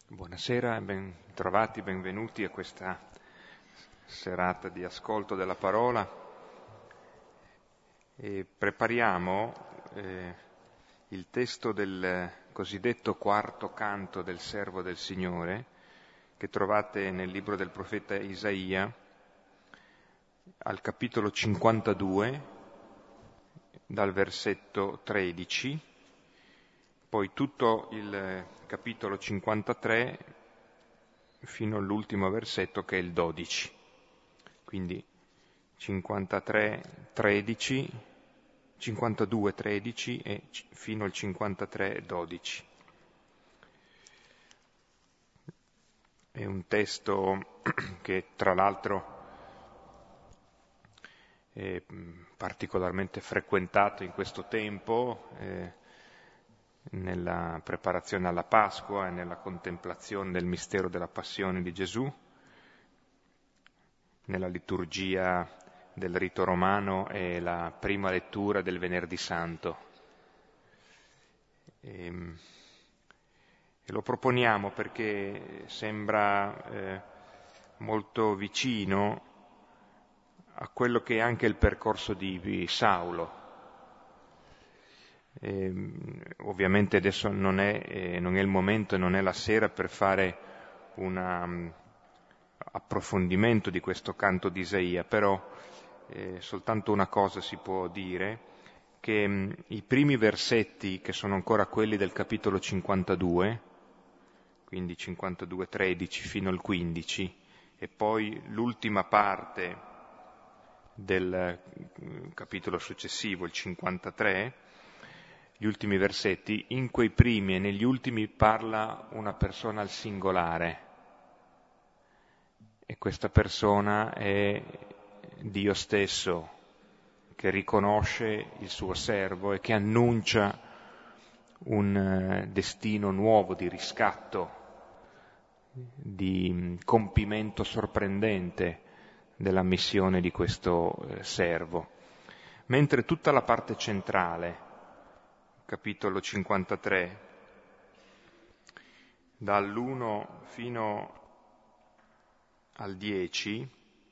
Buonasera, ben trovati, benvenuti a questa serata di ascolto della parola. E prepariamo il testo del cosiddetto quarto canto del servo del Signore, che trovate nel libro del profeta Isaia, al capitolo 52, dal versetto 13, poi tutto il capitolo 53 fino all'ultimo versetto che è il 12. Quindi 53, 13, 52, 13 e fino al 53, 12. È un testo che tra l'altro è particolarmente frequentato in questo tempo, nella preparazione alla Pasqua e nella contemplazione del mistero della passione di Gesù, nella liturgia del rito romano e la prima lettura del Venerdì Santo. E lo proponiamo perché sembra molto vicino a quello che è anche il percorso di Saulo. Ovviamente adesso non è il momento e non è la sera per fare un approfondimento di questo canto di Isaia, però soltanto una cosa si può dire, che i primi versetti, che sono ancora quelli del capitolo 52, quindi 52-13 fino al 15, e poi l'ultima parte del capitolo successivo, il 53, gli ultimi versetti, in quei primi e negli ultimi parla una persona al singolare, e questa persona è Dio stesso, che riconosce il suo servo e che annuncia un destino nuovo di riscatto, di compimento sorprendente della missione di questo servo. Mentre tutta la parte centrale, capitolo 53, dall'1 fino al 10,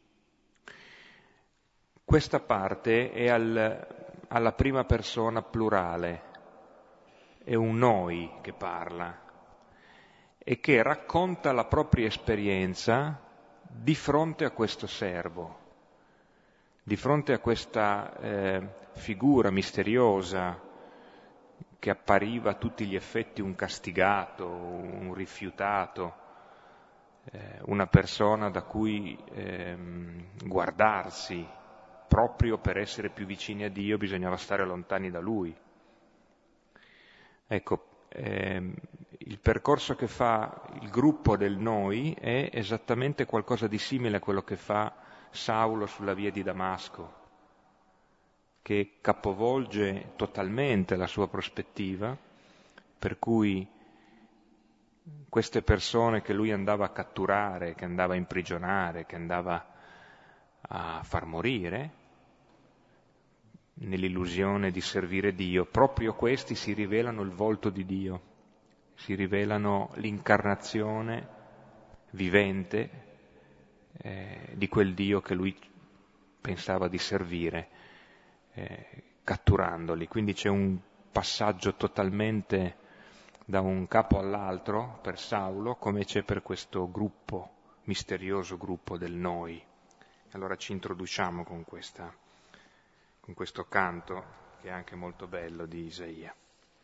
questa parte è alla prima persona plurale, è un noi che parla e che racconta la propria esperienza di fronte a questo servo, di fronte a questa figura misteriosa che appariva a tutti gli effetti un castigato, un rifiutato, una persona da cui guardarsi. Proprio per essere più vicini a Dio bisognava stare lontani da Lui. Ecco, il percorso che fa il gruppo del noi è esattamente qualcosa di simile a quello che fa Saulo sulla via di Damasco, che capovolge totalmente la sua prospettiva, per cui queste persone che lui andava a catturare, che andava a imprigionare, che andava a far morire, nell'illusione di servire Dio, proprio questi si rivelano il volto di Dio, si rivelano l'incarnazione vivente di quel Dio che lui pensava di servire, catturandoli. Quindi c'è un passaggio totalmente da un capo all'altro per Saulo, come c'è per questo gruppo, misterioso gruppo del noi. Allora ci introduciamo con questo canto, che è anche molto bello, di Isaia.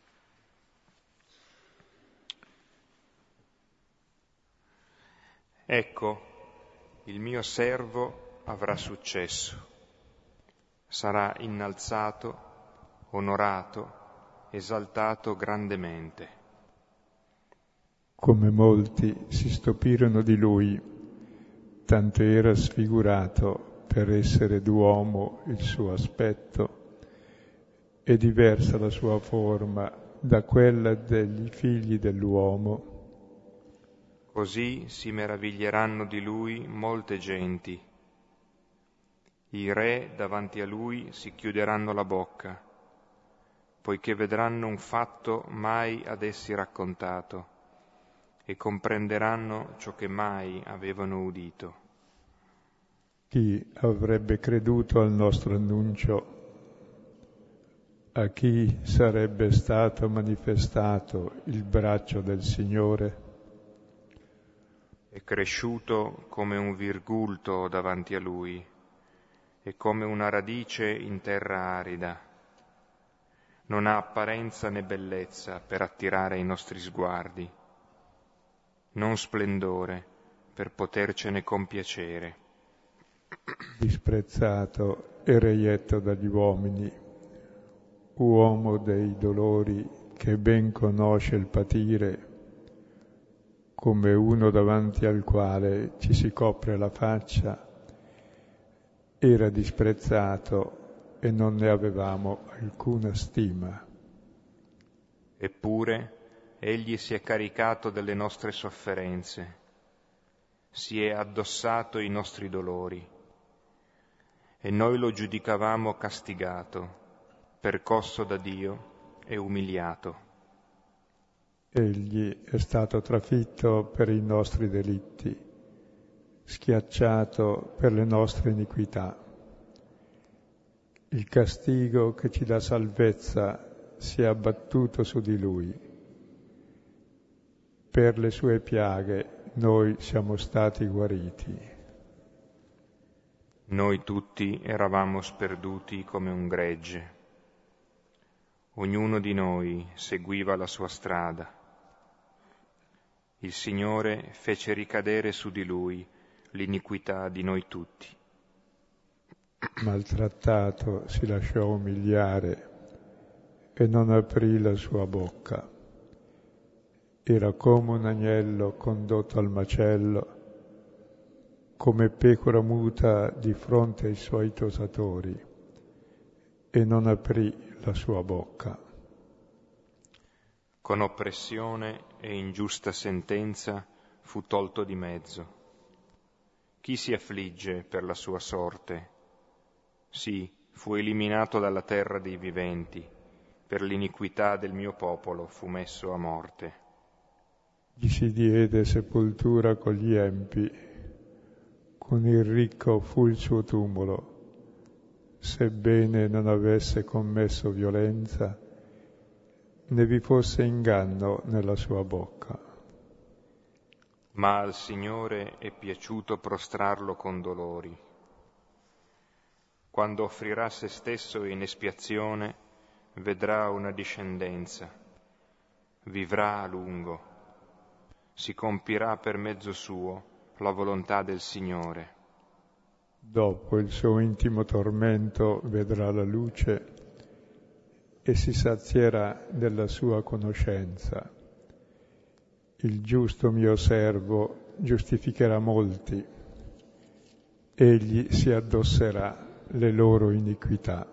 Ecco, il mio servo avrà successo, sarà innalzato, onorato, esaltato grandemente. Come molti si stupirono di lui, tanto era sfigurato per essere d'uomo il suo aspetto, e diversa la sua forma da quella degli figli dell'uomo. Così si meraviglieranno di lui molte genti. I re davanti a lui si chiuderanno la bocca, poiché vedranno un fatto mai ad essi raccontato, e comprenderanno ciò che mai avevano udito. Chi avrebbe creduto al nostro annuncio? A chi sarebbe stato manifestato il braccio del Signore? È cresciuto come un virgulto davanti a Lui e come una radice in terra arida. Non ha apparenza né bellezza per attirare i nostri sguardi, non splendore per potercene compiacere. Disprezzato e reietto dagli uomini, uomo dei dolori che ben conosce il patire, come uno davanti al quale ci si copre la faccia, era disprezzato e non ne avevamo alcuna stima. Eppure egli si è caricato delle nostre sofferenze, si è addossato i nostri dolori, e noi lo giudicavamo castigato, percosso da Dio e umiliato. Egli è stato trafitto per i nostri delitti, schiacciato per le nostre iniquità. Il castigo che ci dà salvezza si è abbattuto su di Lui. Per le sue piaghe noi siamo stati guariti. Noi tutti eravamo sperduti come un gregge. Ognuno di noi seguiva la sua strada. Il Signore fece ricadere su di Lui l'iniquità di noi tutti. Maltrattato si lasciò umiliare e non aprì la sua bocca. Era come un agnello condotto al macello, come pecora muta di fronte ai suoi tosatori, e non aprì la sua bocca. Con oppressione e ingiusta sentenza fu tolto di mezzo. Chi si affligge per la sua sorte? Sì, fu eliminato dalla terra dei viventi, per l'iniquità del mio popolo fu messo a morte. Gli si diede sepoltura con gli empi, con il ricco fu il suo tumulo, sebbene non avesse commesso violenza, né vi fosse inganno nella sua bocca. Ma al Signore è piaciuto prostrarlo con dolori. Quando offrirà se stesso in espiazione, vedrà una discendenza, vivrà a lungo, si compirà per mezzo suo la volontà del Signore. Dopo il suo intimo tormento vedrà la luce e si sazierà della sua conoscenza. Il giusto mio servo giustificherà molti, egli si addosserà le loro iniquità.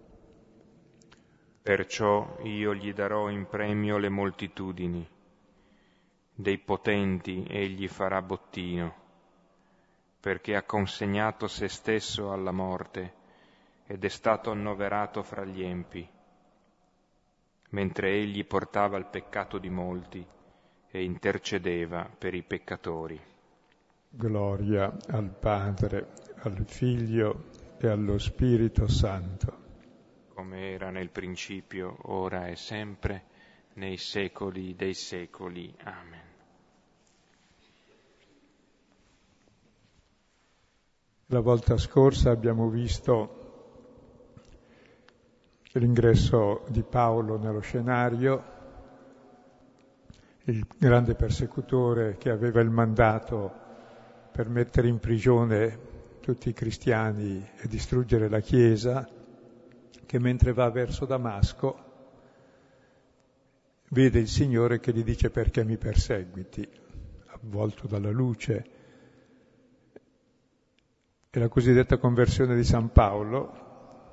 Perciò io gli darò in premio le moltitudini, dei potenti egli farà bottino, perché ha consegnato se stesso alla morte ed è stato annoverato fra gli empi, mentre egli portava il peccato di molti e intercedeva per i peccatori. Gloria al Padre, al Figlio e allo Spirito Santo. Come era nel principio, ora e sempre, nei secoli dei secoli. Amen. La volta scorsa abbiamo visto l'ingresso di Paolo nello scenario, il grande persecutore che aveva il mandato per mettere in prigione tutti i cristiani e distruggere la Chiesa, che mentre va verso Damasco vede il Signore che gli dice: perché mi perseguiti? Avvolto dalla luce. È la cosiddetta conversione di San Paolo,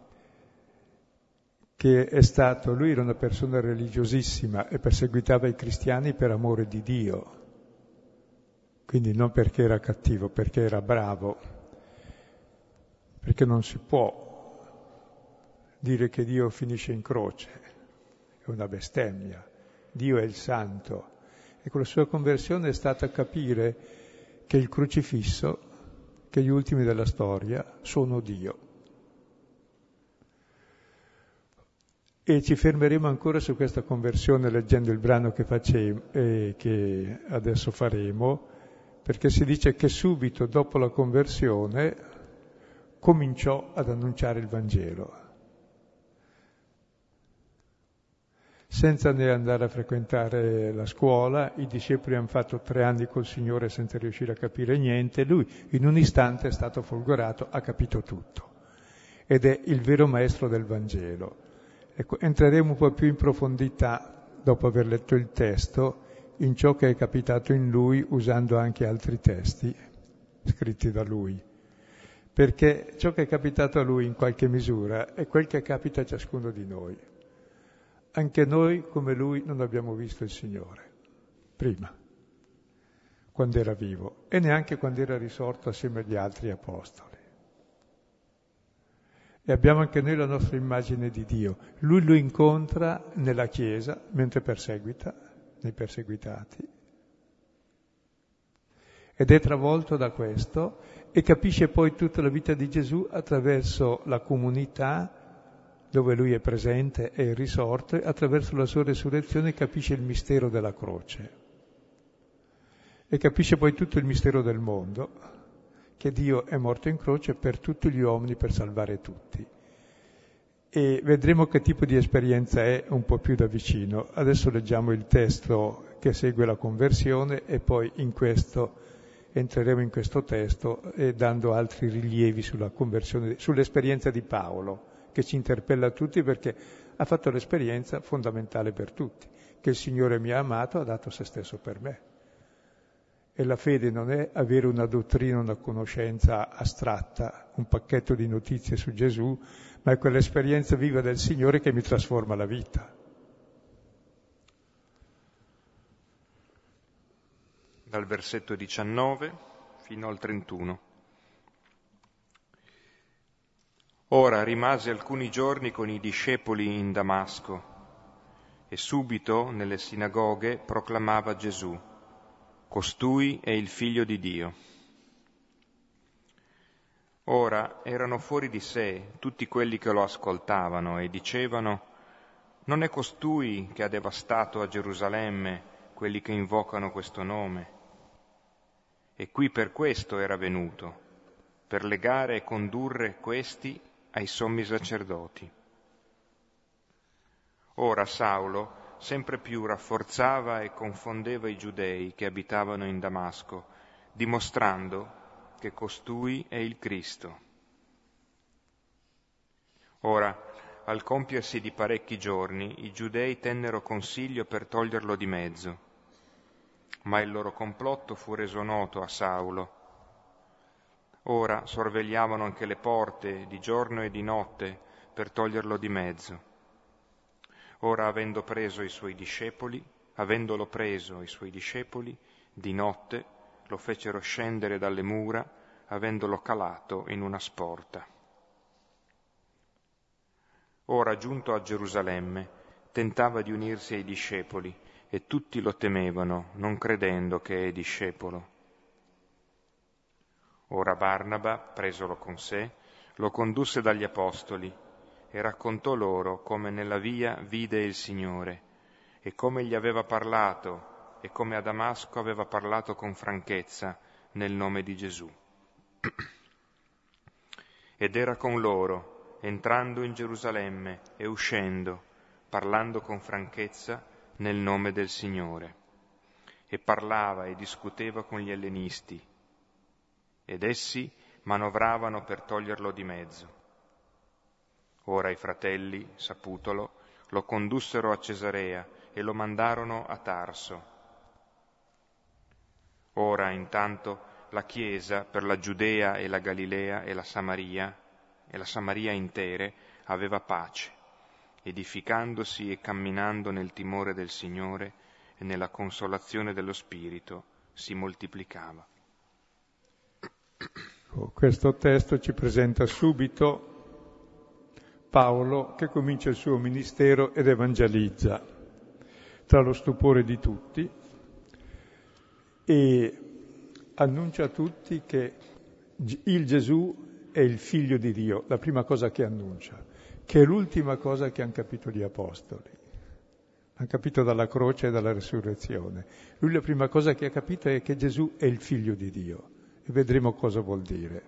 che è stato, lui era una persona religiosissima e perseguitava i cristiani per amore di Dio, quindi non perché era cattivo, perché era bravo, perché non si può dire che Dio finisce in croce, è una bestemmia. Dio è il santo Ecco, la sua conversione è stata capire che il crocifisso, che gli ultimi della storia sono Dio. E ci fermeremo ancora su questa conversione leggendo il brano che adesso faremo, perché si dice che subito dopo la conversione cominciò ad annunciare il Vangelo, senza né andare a frequentare la scuola. I discepoli hanno fatto 3 anni col Signore senza riuscire a capire niente. Lui in un istante è stato folgorato, ha capito tutto ed è il vero maestro del Vangelo. Ecco, entreremo un po' più in profondità dopo aver letto il testo in ciò che è capitato in lui, usando anche altri testi scritti da lui, perché ciò che è capitato a lui in qualche misura è quel che capita a ciascuno di noi. Anche noi, come lui, non abbiamo visto il Signore, prima, quando era vivo, e neanche quando era risorto assieme agli altri apostoli. E abbiamo anche noi la nostra immagine di Dio. Lui lo incontra nella Chiesa, mentre perseguita, nei perseguitati, ed è travolto da questo e capisce poi tutta la vita di Gesù attraverso la comunità dove lui è presente e è risorto, e attraverso la sua resurrezione capisce il mistero della croce e capisce poi tutto il mistero del mondo, che Dio è morto in croce per tutti gli uomini, per salvare tutti. E vedremo che tipo di esperienza è un po' più da vicino. Adesso leggiamo il testo che segue la conversione e poi entreremo in questo testo e dando altri rilievi sulla conversione, sull'esperienza di Paolo, che ci interpella tutti perché ha fatto l'esperienza fondamentale per tutti, che il Signore mi ha amato, ha dato se stesso per me. E la fede non è avere una dottrina, una conoscenza astratta, un pacchetto di notizie su Gesù, ma è quell'esperienza viva del Signore che mi trasforma la vita. Dal versetto 19 fino al 31. Ora rimase alcuni giorni con i discepoli in Damasco e subito nelle sinagoghe proclamava Gesù: costui è il Figlio di Dio. Ora erano fuori di sé tutti quelli che lo ascoltavano e dicevano: non è costui che ha devastato a Gerusalemme quelli che invocano questo nome? E qui per questo era venuto, per legare e condurre questi ai sommi sacerdoti. Ora Saulo sempre più rafforzava e confondeva i giudei che abitavano in Damasco, dimostrando che costui è il Cristo. Ora, al compiersi di parecchi giorni, i giudei tennero consiglio per toglierlo di mezzo, ma il loro complotto fu reso noto a Saulo. Ora sorvegliavano anche le porte di giorno e di notte per toglierlo di mezzo. Ora, avendolo preso i suoi discepoli, di notte lo fecero scendere dalle mura, avendolo calato in una sporta. Ora, giunto a Gerusalemme, tentava di unirsi ai discepoli, e tutti lo temevano, non credendo che è discepolo. Ora Barnaba, presolo con sé, lo condusse dagli apostoli e raccontò loro come nella via vide il Signore e come gli aveva parlato e come a Damasco aveva parlato con franchezza nel nome di Gesù. Ed era con loro, entrando in Gerusalemme e uscendo, parlando con franchezza nel nome del Signore. E parlava e discuteva con gli ellenisti, ed essi manovravano per toglierlo di mezzo. Ora i fratelli, saputolo, lo condussero a Cesarea e lo mandarono a Tarso. Ora, intanto, la Chiesa per la Giudea e la Galilea e la Samaria intere aveva pace, edificandosi e camminando nel timore del Signore e nella consolazione dello Spirito si moltiplicava. Questo testo ci presenta subito Paolo che comincia il suo ministero ed evangelizza, tra lo stupore di tutti, e annuncia a tutti che il Gesù è il Figlio di Dio, la prima cosa che annuncia, che è l'ultima cosa che hanno capito gli Apostoli. Hanno capito dalla croce e dalla resurrezione. Lui la prima cosa che ha capito è che Gesù è il Figlio di Dio, e vedremo cosa vuol dire.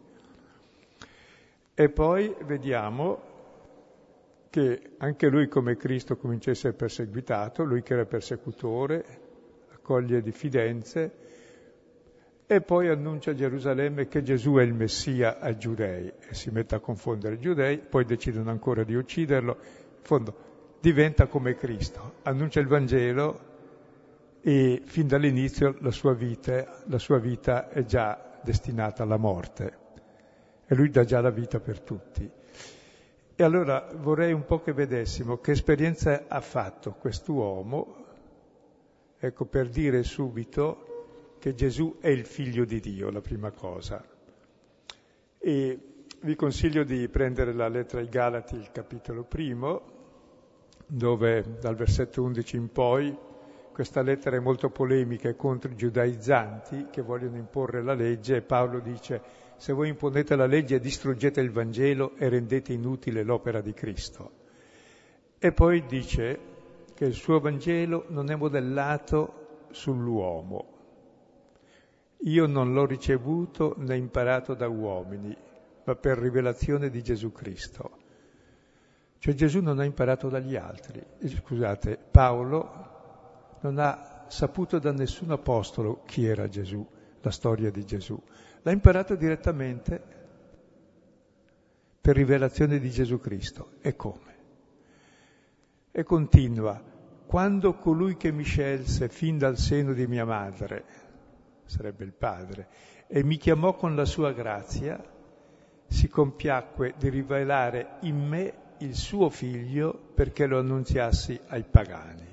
E poi vediamo che anche lui come Cristo comincia a essere perseguitato, lui che era persecutore, accoglie diffidenze, e poi annuncia a Gerusalemme che Gesù è il Messia ai giudei, e si mette a confondere i giudei, poi decidono ancora di ucciderlo, in fondo diventa come Cristo, annuncia il Vangelo e fin dall'inizio la sua vita è già destinata alla morte, e lui dà già la vita per tutti. E allora vorrei un po' che vedessimo che esperienza ha fatto quest'uomo, ecco, per dire subito che Gesù è il Figlio di Dio, la prima cosa. E vi consiglio di prendere la lettera ai Galati, il capitolo 1, dove dal versetto 11 in poi questa lettera è molto polemica contro i giudaizzanti che vogliono imporre la legge, e Paolo dice: se voi imponete la legge distruggete il Vangelo e rendete inutile l'opera di Cristo. E poi dice che il suo Vangelo non è modellato sull'uomo. Io non l'ho ricevuto né imparato da uomini, ma per rivelazione di Gesù Cristo. Cioè Gesù non ha imparato dagli altri. Scusate, Paolo non ha saputo da nessun apostolo chi era Gesù, la storia di Gesù. L'ha imparato direttamente per rivelazione di Gesù Cristo. E come? E continua: quando colui che mi scelse fin dal seno di mia madre, sarebbe il Padre, e mi chiamò con la sua grazia, si compiacque di rivelare in me il suo Figlio perché lo annunziassi ai pagani.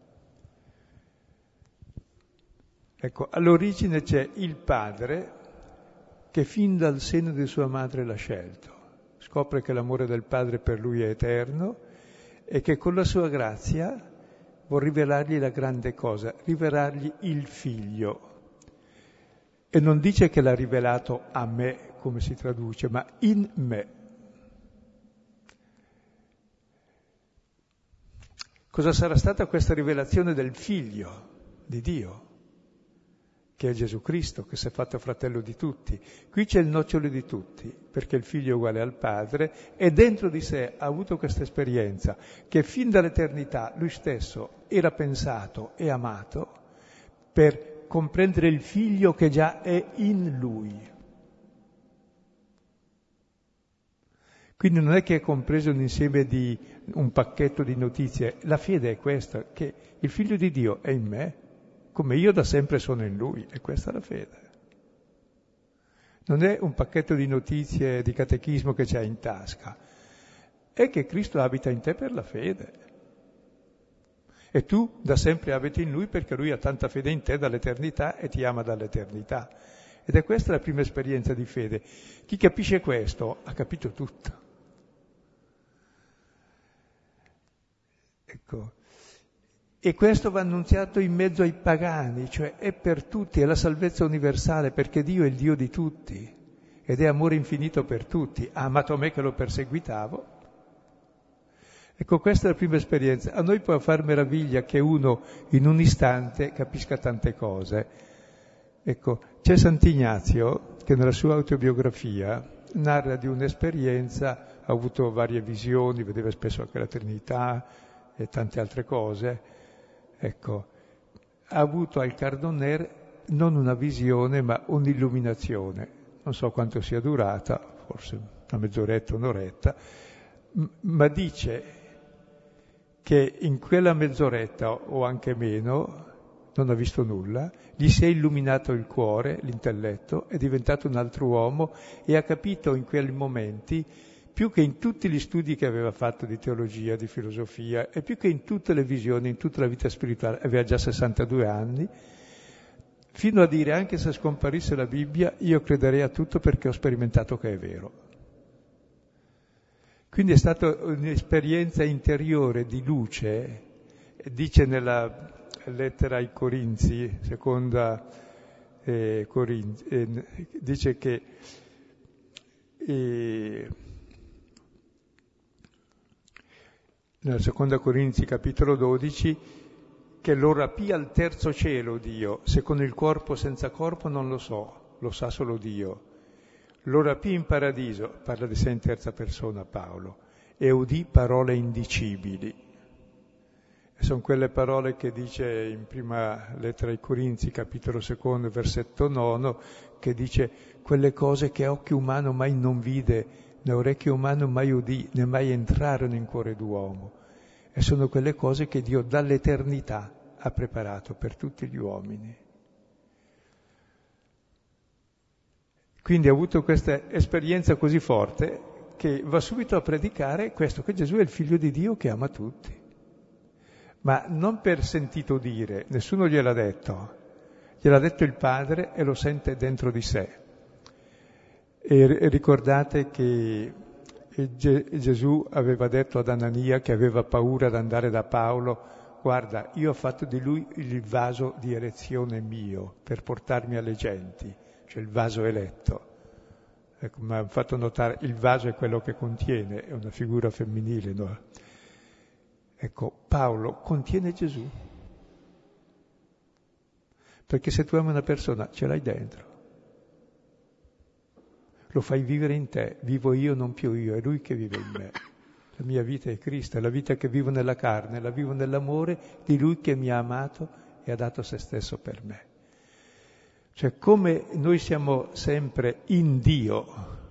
Ecco, all'origine c'è il Padre che fin dal seno di sua madre l'ha scelto, scopre che l'amore del Padre per lui è eterno e che con la sua grazia vuol rivelargli la grande cosa, rivelargli il Figlio. E non dice che l'ha rivelato a me, come si traduce, ma in me. Cosa sarà stata questa rivelazione del Figlio di Dio, che è Gesù Cristo, che si è fatto fratello di tutti? Qui c'è il nocciolo di tutti, perché il Figlio è uguale al Padre, e dentro di sé ha avuto questa esperienza, che fin dall'eternità lui stesso era pensato e amato per comprendere il Figlio che già è in lui. Quindi non è che è compreso un insieme di un pacchetto di notizie, la fede è questa, che il Figlio di Dio è in me, come io da sempre sono in lui, e questa è la fede. Non è un pacchetto di notizie di catechismo che c'hai in tasca, è che Cristo abita in te per la fede. E tu da sempre abiti in lui perché lui ha tanta fede in te dall'eternità e ti ama dall'eternità. Ed è questa la prima esperienza di fede. Chi capisce questo ha capito tutto. Ecco. E questo va annunziato in mezzo ai pagani, cioè è per tutti, è la salvezza universale, perché Dio è il Dio di tutti ed è amore infinito per tutti. Ha amato me che lo perseguitavo. Ecco, questa è la prima esperienza. A noi può far meraviglia che uno in un istante capisca tante cose. Ecco, c'è Sant'Ignazio che nella sua autobiografia narra di un'esperienza, ha avuto varie visioni, vedeva spesso anche la Trinità e tante altre cose. Ecco, ha avuto al Cardonner non una visione ma un'illuminazione. Non so quanto sia durata, forse una mezz'oretta, un'oretta, ma dice che in quella mezz'oretta o anche meno non ha visto nulla, gli si è illuminato il cuore, l'intelletto, è diventato un altro uomo e ha capito in quei momenti, più che in tutti gli studi che aveva fatto di teologia, di filosofia, e più che in tutte le visioni, in tutta la vita spirituale, aveva già 62 anni, fino a dire: anche se scomparisse la Bibbia, io crederei a tutto perché ho sperimentato che è vero. Quindi è stata un'esperienza interiore di luce, dice nella lettera ai Corinzi, seconda, dice che nella seconda Corinzi capitolo 12 che lo rapì al terzo cielo Dio, se con il corpo o senza corpo non lo so, lo sa solo Dio. Lo rapì in paradiso, parla di sé in terza persona Paolo, e udì parole indicibili. E sono quelle parole che dice in prima lettera ai Corinzi, capitolo 2, versetto 9, che dice quelle cose che occhio umano mai non vide, né orecchio umano mai udì, né mai entrarono in cuore d'uomo. E sono quelle cose che Dio dall'eternità ha preparato per tutti gli uomini. Quindi ha avuto questa esperienza così forte che va subito a predicare questo, che Gesù è il Figlio di Dio che ama tutti. Ma non per sentito dire, nessuno gliel'ha detto il Padre e lo sente dentro di sé. E ricordate che Gesù aveva detto ad Anania, che aveva paura ad andare da Paolo, guarda, io ho fatto di lui il vaso di elezione mio per portarmi alle genti, cioè il vaso eletto. Ecco, mi hanno fatto notare, il vaso è quello che contiene, è una figura femminile, no? Ecco, Paolo contiene Gesù. Perché se tu ami una persona, ce l'hai dentro. Lo fai vivere in te, vivo io, non più io, è Lui che vive in me. La mia vita è Cristo, è la vita che vivo nella carne, la vivo nell'amore di Lui che mi ha amato e ha dato se stesso per me. Cioè, come noi siamo sempre in Dio,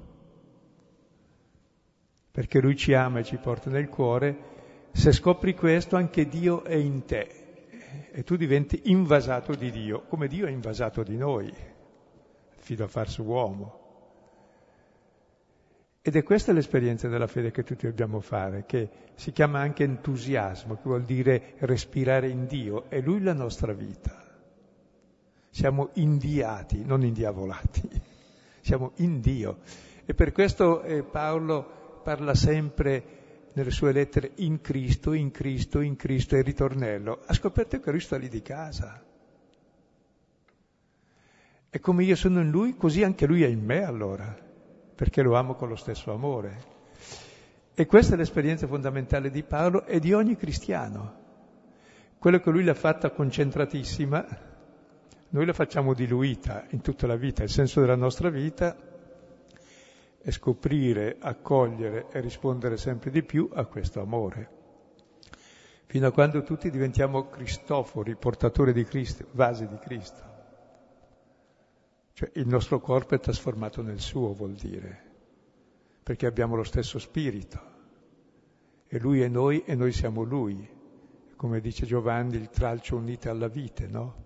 perché Lui ci ama e ci porta nel cuore, se scopri questo anche Dio è in te e tu diventi invasato di Dio, come Dio è invasato di noi, fino a farsi uomo. Ed è questa l'esperienza della fede che tutti dobbiamo fare, che si chiama anche entusiasmo, che vuol dire respirare in Dio, è Lui la nostra vita. Siamo inviati, non indiavolati, siamo in Dio. E per questo Paolo parla sempre nelle sue lettere in Cristo, in Cristo, in Cristo, e il ritornello. Ha scoperto che lui sta lì di casa. E come io sono in Lui, così anche Lui è in me allora, perché lo amo con lo stesso amore. E questa è l'esperienza fondamentale di Paolo e di ogni cristiano. Quello che lui l'ha fatta concentratissima, noi la facciamo diluita in tutta la vita. Il senso della nostra vita è scoprire, accogliere e rispondere sempre di più a questo amore. Fino a quando tutti diventiamo Cristofori, portatori di Cristo, vasi di Cristo. Cioè il nostro corpo è trasformato nel suo, vuol dire, perché abbiamo lo stesso spirito. E Lui è noi e noi siamo Lui. Come dice Giovanni, il tralcio unito alla vite, no?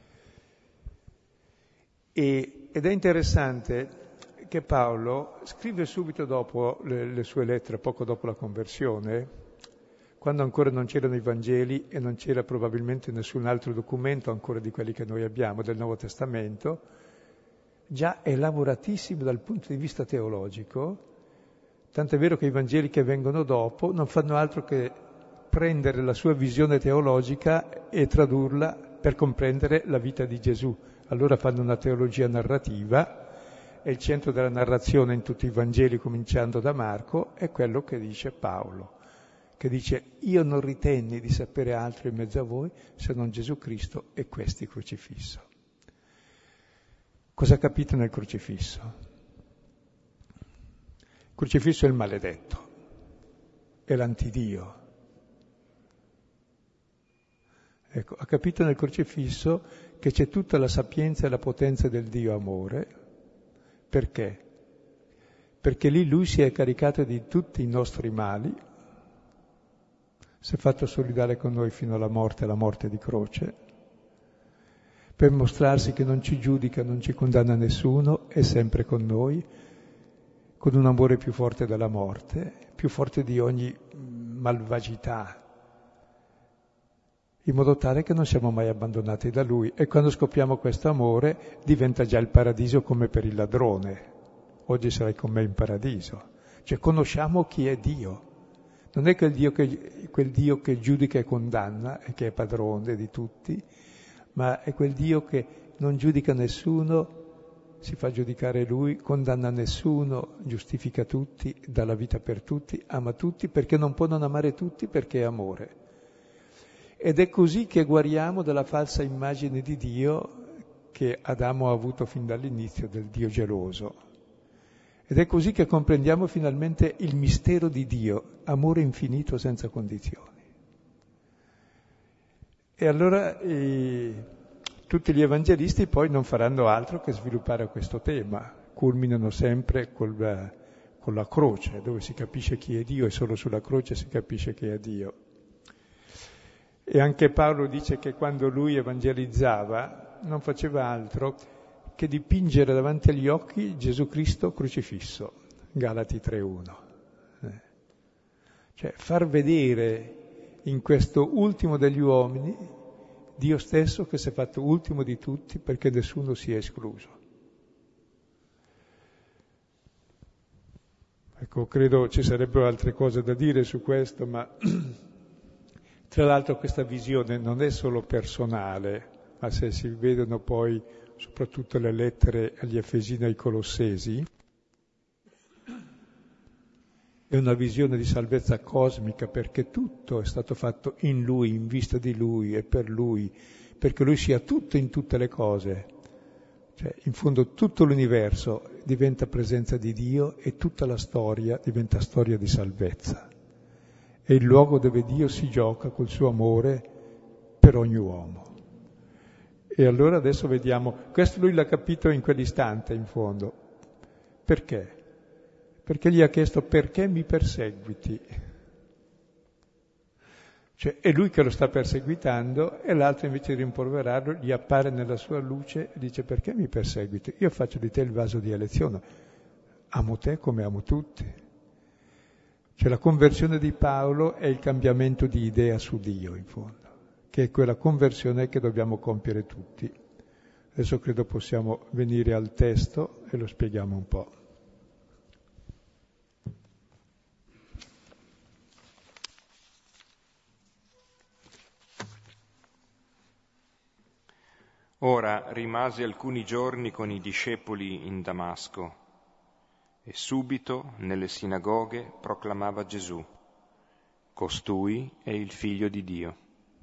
Ed è interessante che Paolo scrive subito dopo le sue lettere, poco dopo la conversione, quando ancora non c'erano i Vangeli e non c'era probabilmente nessun altro documento ancora di quelli che noi abbiamo del Nuovo Testamento, già è lavoratissimo dal punto di vista teologico, tant'è vero che i Vangeli che vengono dopo non fanno altro che prendere la sua visione teologica e tradurla per comprendere la vita di Gesù. Allora fanno una teologia narrativa, e il centro della narrazione in tutti i Vangeli, cominciando da Marco, è quello che dice Paolo, che dice: io non ritenni di sapere altro in mezzo a voi se non Gesù Cristo e questi crocifisso. Cosa ha capito nel crocifisso? Il crocifisso è il maledetto, è l'antidio. Ecco, ha capito nel crocifisso che c'è tutta la sapienza e la potenza del Dio amore. Perché? Perché lì Lui si è caricato di tutti i nostri mali, si è fatto solidale con noi fino alla morte di croce, per mostrarsi che non ci giudica, non ci condanna nessuno, è sempre con noi, con un amore più forte della morte, più forte di ogni malvagità, in modo tale che non siamo mai abbandonati da Lui. E quando scopriamo questo amore diventa già il paradiso, come per il ladrone. Oggi sarai con me in paradiso. Cioè conosciamo chi è Dio. Non è quel Dio che giudica e condanna e che è padrone di tutti, ma è quel Dio che non giudica nessuno, si fa giudicare Lui, condanna nessuno, giustifica tutti, dà la vita per tutti, ama tutti, perché non può non amare tutti perché è amore. Ed è così che guariamo dalla falsa immagine di Dio che Adamo ha avuto fin dall'inizio, del Dio geloso. Ed è così che comprendiamo finalmente il mistero di Dio, amore infinito senza condizioni. E allora tutti gli evangelisti poi non faranno altro che sviluppare questo tema, culminano sempre con la croce, dove si capisce chi è Dio e solo sulla croce si capisce chi è Dio. E anche Paolo dice che quando lui evangelizzava non faceva altro che dipingere davanti agli occhi Gesù Cristo crocifisso, Galati 3:1. Cioè far vedere in questo ultimo degli uomini Dio stesso che si è fatto ultimo di tutti perché nessuno si è escluso. Ecco, credo ci sarebbero altre cose da dire su questo, ma tra l'altro questa visione non è solo personale, ma se si vedono poi soprattutto le lettere agli Efesini e ai Colossesi, è una visione di salvezza cosmica, perché tutto è stato fatto in Lui, in vista di Lui e per Lui, perché Lui sia tutto in tutte le cose. Cioè, in fondo tutto l'universo diventa presenza di Dio e tutta la storia diventa storia di salvezza. È il luogo dove Dio si gioca col suo amore per ogni uomo. E allora adesso vediamo, questo lui l'ha capito in quell'istante in fondo. Perché? Perché gli ha chiesto: perché mi perseguiti? Cioè è lui che lo sta perseguitando e l'altro invece di rimproverarlo gli appare nella sua luce e dice: perché mi perseguiti? Io faccio di te il vaso di elezione, amo te come amo tutti. Cioè la conversione di Paolo è il cambiamento di idea su Dio in fondo, che è quella conversione che dobbiamo compiere tutti. Adesso credo possiamo venire al testo e lo spieghiamo un po'. Ora rimase alcuni giorni con i discepoli in Damasco e subito nelle sinagoghe proclamava Gesù: costui è il Figlio di Dio.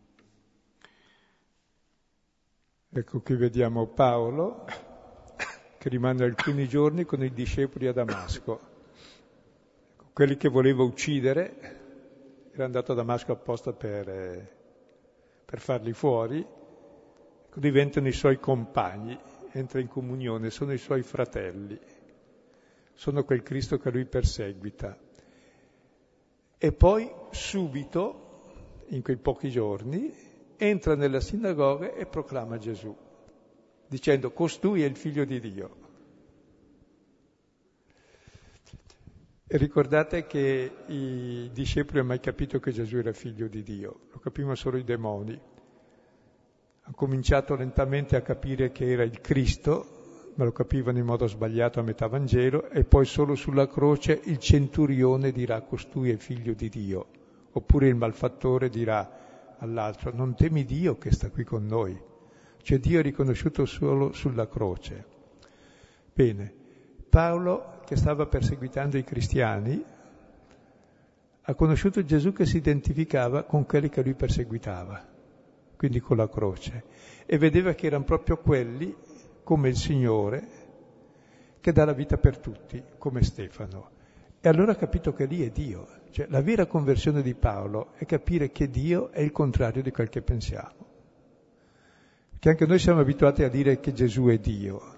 Ecco, qui vediamo Paolo che rimane alcuni giorni con i discepoli a Damasco. Quelli che voleva uccidere, era andato a Damasco apposta per farli fuori, diventano i suoi compagni, entra in comunione, sono i suoi fratelli, sono quel Cristo che lui perseguita. E poi subito, in quei pochi giorni, entra nella sinagoga e proclama Gesù, dicendo: costui è il Figlio di Dio. E ricordate che i discepoli hanno mai capito che Gesù era Figlio di Dio, lo capivano solo i demoni. Hanno cominciato lentamente a capire che era il Cristo, ma lo capivano in modo sbagliato a metà Vangelo, e poi solo sulla croce il centurione dirà: costui è Figlio di Dio, oppure il malfattore dirà all'altro: non temi Dio che sta qui con noi. Cioè Dio è riconosciuto solo sulla croce. Bene, Paolo, che stava perseguitando i cristiani, ha conosciuto Gesù che si identificava con quelli che lui perseguitava, quindi con la croce, e vedeva che erano proprio quelli, come il Signore, che dà la vita per tutti, come Stefano. E allora ha capito che lì è Dio. Cioè la vera conversione di Paolo è capire che Dio è il contrario di quel che pensiamo. Perché anche noi siamo abituati a dire che Gesù è Dio.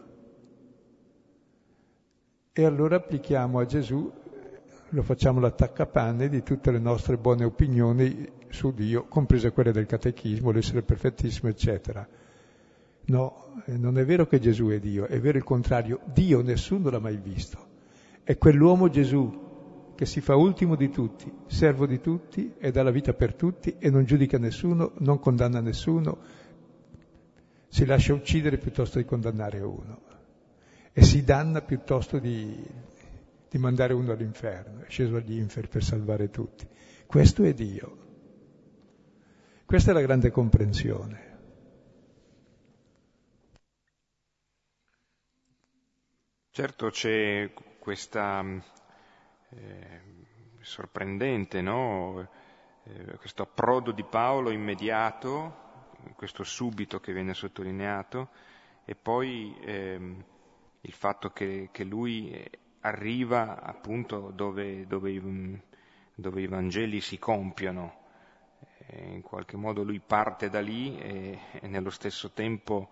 E allora applichiamo a Gesù, lo facciamo l'attaccapanne di tutte le nostre buone opinioni su Dio, comprese quelle del catechismo, l'essere perfettissimo, eccetera. No, non è vero che Gesù è Dio, è vero il contrario. Dio nessuno l'ha mai visto. È quell'uomo Gesù che si fa ultimo di tutti, servo di tutti e dà la vita per tutti e non giudica nessuno, non condanna nessuno, si lascia uccidere piuttosto di condannare uno e si danna piuttosto di mandare uno all'inferno, è sceso agli inferi per salvare tutti. Questo è Dio. Questa è la grande comprensione. Certo, c'è questa sorprendente, no? Questo approdo di Paolo immediato, questo subito che viene sottolineato, e poi il fatto che lui arriva appunto dove i Vangeli si compiono. In qualche modo lui parte da lì e nello stesso tempo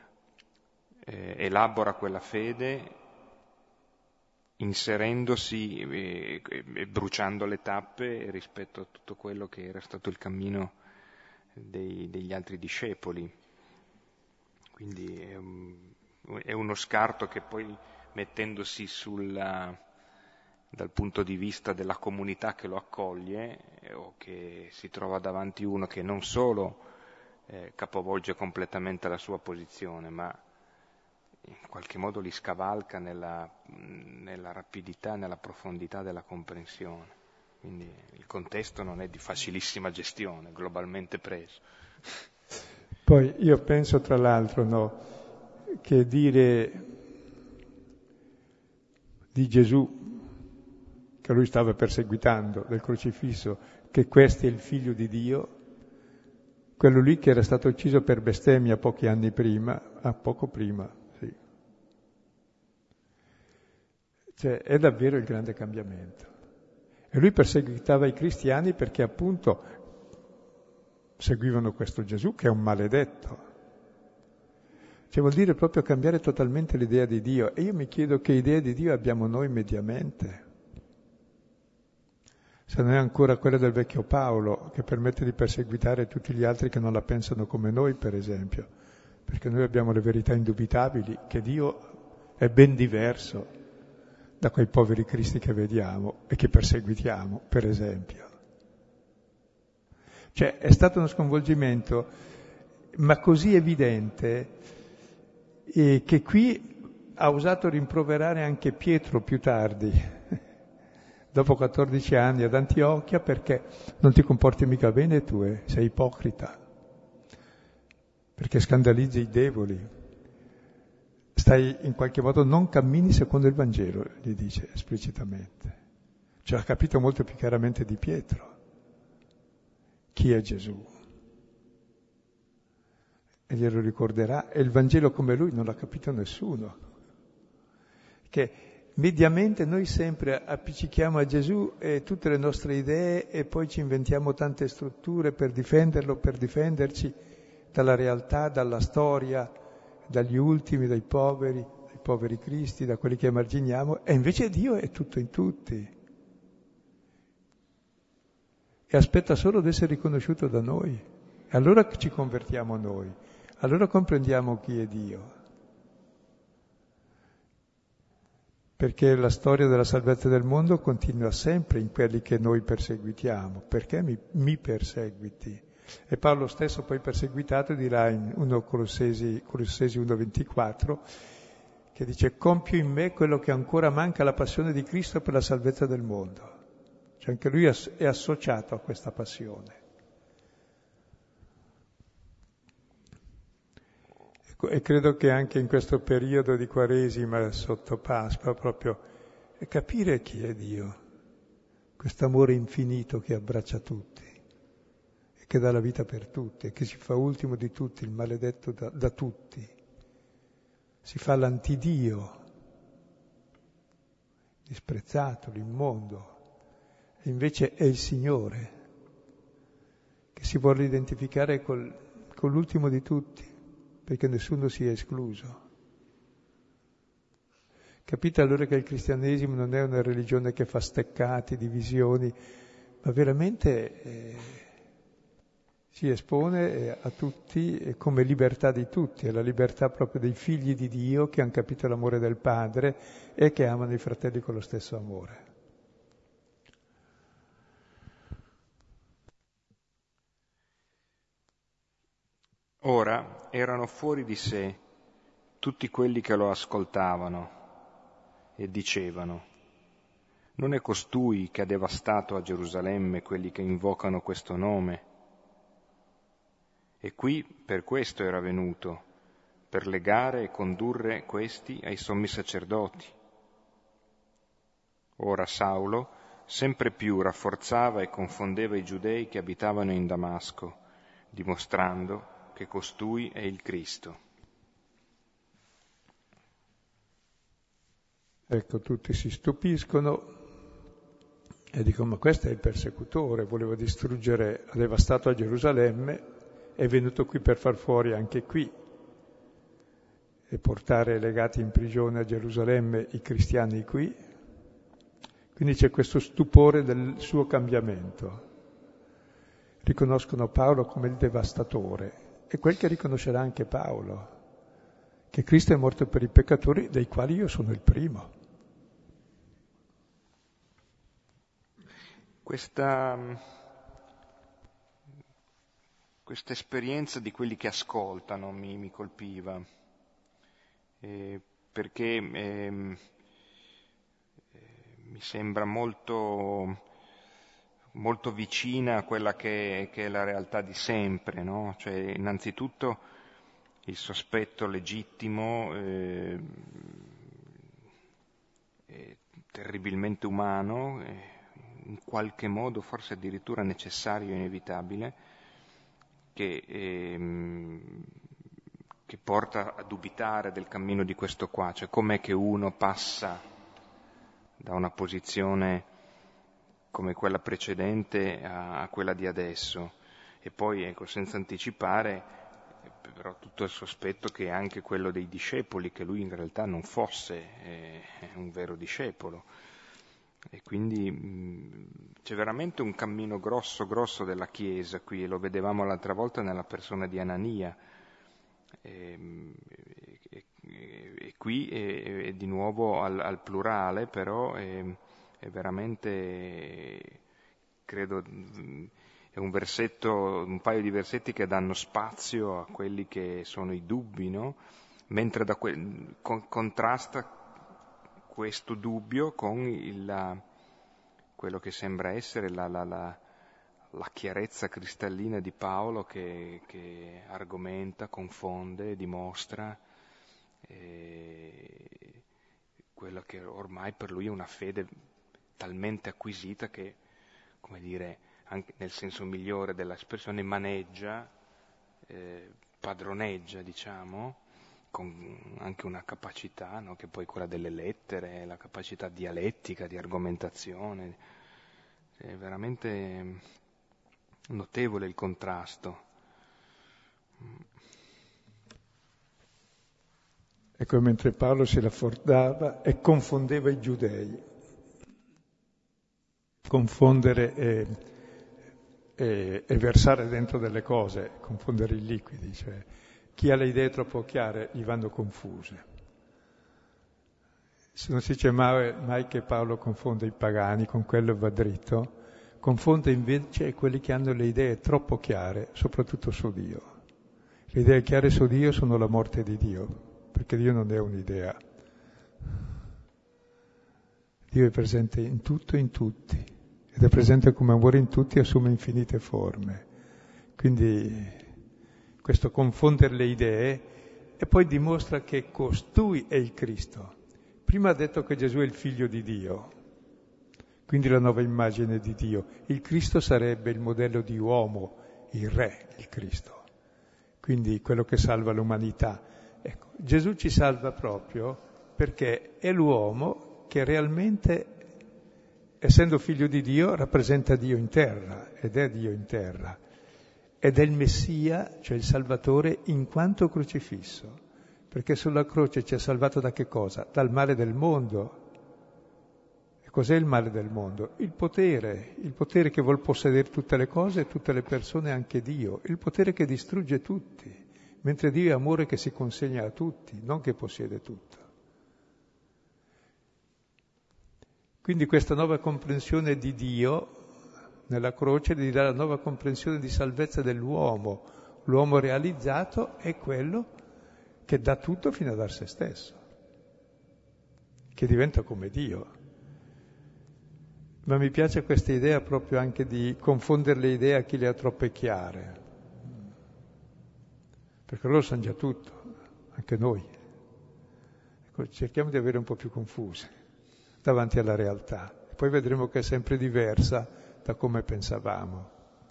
elabora quella fede inserendosi e bruciando le tappe rispetto a tutto quello che era stato il cammino degli altri discepoli. Quindi è uno scarto che poi, mettendosi dal punto di vista della comunità che lo accoglie, o che si trova davanti uno che non solo capovolge completamente la sua posizione, ma in qualche modo li scavalca nella rapidità, nella profondità della comprensione. Quindi il contesto non è di facilissima gestione, globalmente preso. Poi io penso, tra l'altro, no, che dire di Gesù, che lui stava perseguitando, del crocifisso, che questo è il figlio di Dio, quello lì che era stato ucciso per bestemmia pochi anni prima, poco prima, sì. Cioè, è davvero il grande cambiamento. E lui perseguitava i cristiani perché appunto seguivano questo Gesù che è un maledetto. Cioè vuol dire proprio cambiare totalmente l'idea di Dio. E io mi chiedo che idea di Dio abbiamo noi mediamente. Se non è ancora quella del vecchio Paolo, che permette di perseguitare tutti gli altri che non la pensano come noi, per esempio. Perché noi abbiamo le verità indubitabili, che Dio è ben diverso da quei poveri cristi che vediamo e che perseguitiamo, per esempio. Cioè è stato uno sconvolgimento, ma così evidente, che qui ha osato rimproverare anche Pietro più tardi, dopo 14 anni ad Antiochia, perché non ti comporti mica bene tu, sei ipocrita, perché scandalizzi i deboli. Stai in qualche modo, non cammini secondo il Vangelo, gli dice esplicitamente. Ce l'ha capito molto più chiaramente di Pietro. Chi è Gesù? E glielo ricorderà. E il Vangelo come lui non l'ha capito nessuno. Che mediamente noi sempre appiccichiamo a Gesù e tutte le nostre idee e poi ci inventiamo tante strutture per difenderlo, per difenderci dalla realtà, dalla storia, dagli ultimi, dai poveri cristi, da quelli che emarginiamo, e invece Dio è tutto in tutti e aspetta solo di essere riconosciuto da noi. E allora ci convertiamo noi, allora comprendiamo chi è Dio. Perché la storia della salvezza del mondo continua sempre in quelli che noi perseguitiamo. Perché mi perseguiti? E Paolo stesso poi perseguitato dirà in 1 Colossesi 1,24 che dice: compio in me quello che ancora manca alla passione di Cristo per la salvezza del mondo. Cioè anche lui è associato a questa passione. E credo che anche in questo periodo di Quaresima sotto Pasqua proprio capire chi è Dio, questo amore infinito che abbraccia tutti, che dà la vita per tutti, che si fa ultimo di tutti, il maledetto da tutti. Si fa l'antidio, disprezzato, l'immondo, e invece è il Signore, che si vuole identificare con l'ultimo di tutti, perché nessuno sia escluso. Capite allora che il cristianesimo non è una religione che fa steccati, divisioni, ma veramente si espone a tutti come libertà di tutti, è la libertà proprio dei figli di Dio che hanno capito l'amore del Padre e che amano i fratelli con lo stesso amore. Ora erano fuori di sé tutti quelli che lo ascoltavano e dicevano: non è costui che ha devastato a Gerusalemme quelli che invocano questo nome? E qui per questo era venuto, per legare e condurre questi ai sommi sacerdoti. Ora Saulo sempre più rafforzava e confondeva i giudei che abitavano in Damasco, dimostrando che costui è il Cristo. Ecco, tutti si stupiscono e dicono: ma questo è il persecutore, voleva distruggere, ha devastato a Gerusalemme, è venuto qui per far fuori anche qui e portare legati in prigione a Gerusalemme i cristiani qui. Quindi c'è questo stupore del suo cambiamento. Riconoscono Paolo come il devastatore, e quel che riconoscerà anche Paolo, che Cristo è morto per i peccatori, dei quali io sono il primo. Questa esperienza di quelli che ascoltano mi colpiva, perché mi sembra molto vicina a quella che è la realtà di sempre, no? Cioè, innanzitutto il sospetto legittimo, terribilmente umano, in qualche modo forse addirittura necessario e inevitabile, che porta a dubitare del cammino di questo qua, cioè com'è che uno passa da una posizione come quella precedente a quella di adesso. E poi, ecco, senza anticipare, però tutto il sospetto che è anche quello dei discepoli, che lui in realtà non fosse un vero discepolo. E quindi c'è veramente un cammino grosso della Chiesa qui, e lo vedevamo l'altra volta nella persona di Anania. E qui è di nuovo al plurale, però è veramente, credo, è un paio di versetti che danno spazio a quelli che sono i dubbi, no? Mentre contrasta questo dubbio con quello che sembra essere la chiarezza cristallina di Paolo che argomenta, confonde, dimostra quello che ormai per lui è una fede talmente acquisita che, come dire, anche nel senso migliore dell'espressione, maneggia, padroneggia, diciamo, con anche una capacità, no, che poi quella delle lettere, la capacità dialettica, di argomentazione. È veramente notevole il contrasto. Ecco, mentre Paolo si raffordava e confondeva i giudei. Confondere e versare dentro delle cose, confondere i liquidi, cioè chi ha le idee troppo chiare gli vanno confuse. Se non si dice mai che Paolo confonde i pagani, con quello va dritto, confonde invece quelli che hanno le idee troppo chiare, soprattutto su Dio. Le idee chiare su Dio sono la morte di Dio, perché Dio non è un'idea. Dio è presente in tutto e in tutti, ed è presente come amore in tutti e assume infinite forme. Quindi questo confondere le idee, e poi dimostra che costui è il Cristo. Prima ha detto che Gesù è il figlio di Dio, quindi la nuova immagine di Dio. Il Cristo sarebbe il modello di uomo, il re, il Cristo, quindi quello che salva l'umanità. Ecco, Gesù ci salva proprio perché è l'uomo che realmente, essendo figlio di Dio, rappresenta Dio in terra, ed è Dio in terra. Ed è il Messia, cioè il Salvatore, in quanto crocifisso. Perché sulla croce ci ha salvato da che cosa? Dal male del mondo. E cos'è il male del mondo? Il potere che vuol possedere tutte le cose, tutte le persone, anche Dio. Il potere che distrugge tutti, mentre Dio è amore che si consegna a tutti, non che possiede tutto. Quindi questa nuova comprensione di Dio nella croce gli dà la nuova comprensione di salvezza dell'uomo. L'uomo realizzato è quello che dà tutto fino a dar se stesso, che diventa come Dio. Ma mi piace questa idea proprio anche di confondere le idee a chi le ha troppe chiare, perché loro sanno già tutto. anche noi. Ecco, cerchiamo di avere un po' più confuse davanti alla realtà. E poi vedremo che è sempre diversa da come pensavamo.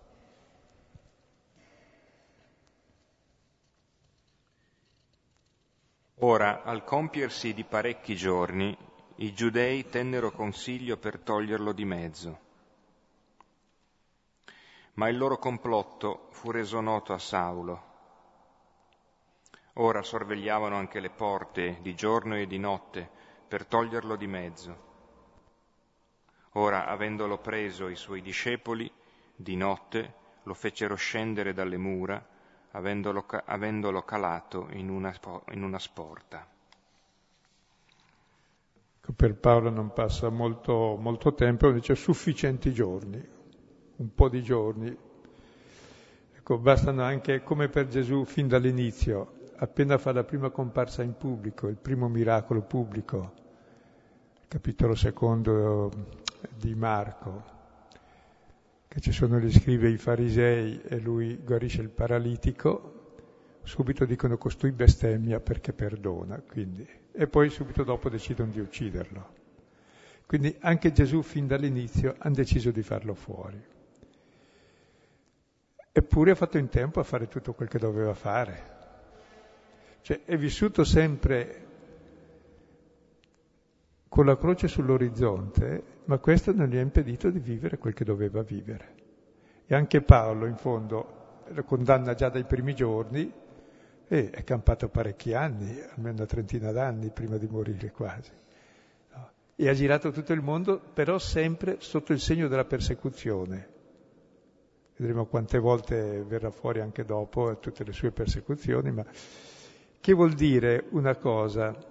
Ora, al compiersi di parecchi giorni, i giudei tennero consiglio per toglierlo di mezzo. Ma il loro complotto fu reso noto a Saulo. Ora sorvegliavano anche le porte di giorno e di notte per toglierlo di mezzo. Ora, avendolo preso i suoi discepoli, di notte lo fecero scendere dalle mura, avendolo calato in una sporta. Per Paolo non passa molto tempo, dice sufficienti giorni, un po' di giorni. Ecco, bastano anche, come per Gesù, fin dall'inizio, appena fa la prima comparsa in pubblico, il primo miracolo pubblico, capitolo 2 di Marco, che ci sono gli scribi e i farisei e lui guarisce il paralitico, subito dicono costui bestemmia perché perdona, quindi, e poi subito dopo decidono di ucciderlo. Quindi anche Gesù fin dall'inizio hanno deciso di farlo fuori. Eppure ha fatto in tempo a fare tutto quel che doveva fare. Cioè è vissuto sempre con la croce sull'orizzonte, ma questo non gli ha impedito di vivere quel che doveva vivere. E anche Paolo, in fondo, lo condanna già dai primi giorni e è campato parecchi anni, almeno una trentina d'anni prima di morire quasi. No? E ha girato tutto il mondo, però sempre sotto il segno della persecuzione. Vedremo quante volte verrà fuori anche dopo tutte le sue persecuzioni, ma che vuol dire una cosa?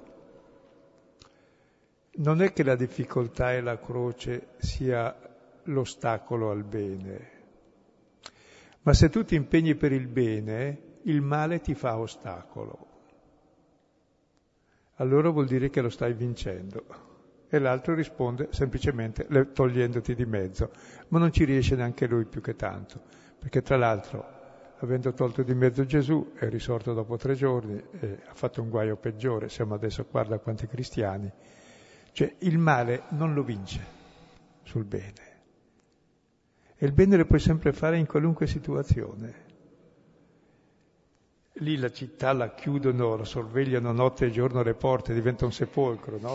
Non è che la difficoltà e la croce sia l'ostacolo al bene, ma se tu ti impegni per il bene, il male ti fa ostacolo. Allora vuol dire che lo stai vincendo. E l'altro risponde semplicemente togliendoti di mezzo, ma non ci riesce neanche lui più che tanto, perché tra l'altro, avendo tolto di mezzo Gesù, è risorto dopo 3 giorni e ha fatto un guaio peggiore, siamo adesso guarda quanti cristiani. Cioè il male non lo vince sul bene. E il bene lo puoi sempre fare in qualunque situazione. Lì la città la chiudono, la sorvegliano notte e giorno le porte, diventa un sepolcro, no?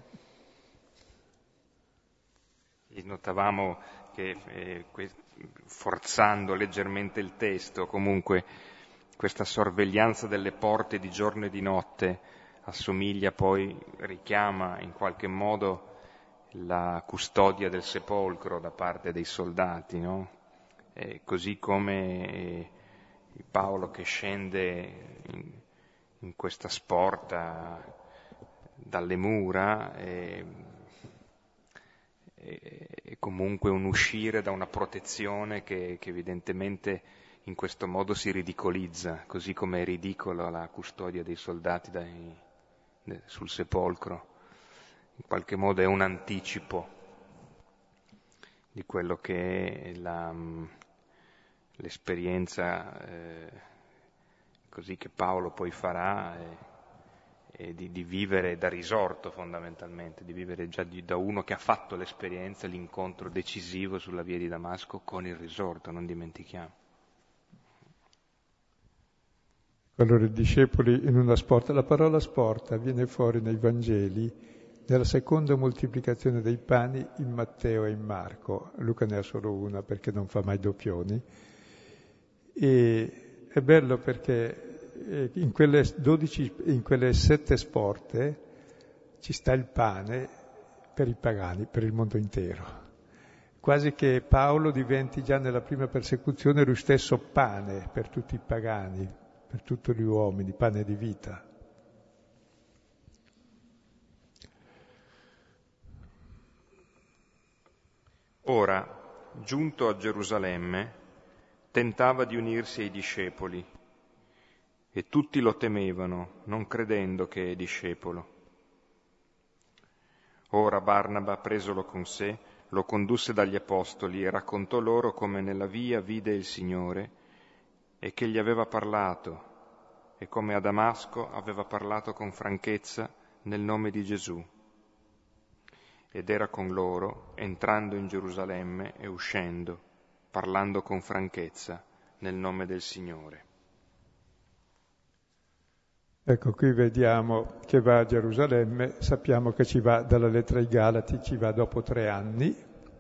E notavamo che, forzando leggermente il testo, comunque questa sorveglianza delle porte di giorno e di notte assomiglia poi, richiama in qualche modo la custodia del sepolcro da parte dei soldati, no? Così come Paolo che scende in questa sporta dalle mura è comunque un uscire da una protezione che evidentemente in questo modo si ridicolizza, così come è ridicola la custodia dei soldati sul sepolcro. In qualche modo è un anticipo di quello che è l'esperienza così che Paolo poi farà e di vivere da risorto fondamentalmente, di vivere già da uno che ha fatto l'esperienza, l'incontro decisivo sulla via di Damasco con il risorto, non dimentichiamo. Allora i discepoli in una sporta, la parola sporta viene fuori nei Vangeli nella seconda moltiplicazione dei pani in Matteo e in Marco. Luca ne ha solo una perché non fa mai doppioni. E è bello perché in quelle 7 sporte ci sta il pane per i pagani, per il mondo intero. Quasi che Paolo diventi già nella prima persecuzione lui stesso pane per tutti i pagani, per tutti gli uomini, pane di vita. Ora, giunto a Gerusalemme, tentava di unirsi ai discepoli e tutti lo temevano, non credendo che è discepolo. Ora Barnaba, presolo con sé, lo condusse dagli apostoli e raccontò loro come nella via vide il Signore e che gli aveva parlato e come a Damasco aveva parlato con franchezza nel nome di Gesù. Ed era con loro, entrando in Gerusalemme e uscendo, parlando con franchezza nel nome del Signore. Ecco, qui vediamo che va a Gerusalemme, sappiamo che ci va dalla lettera ai Galati, ci va dopo 3 anni,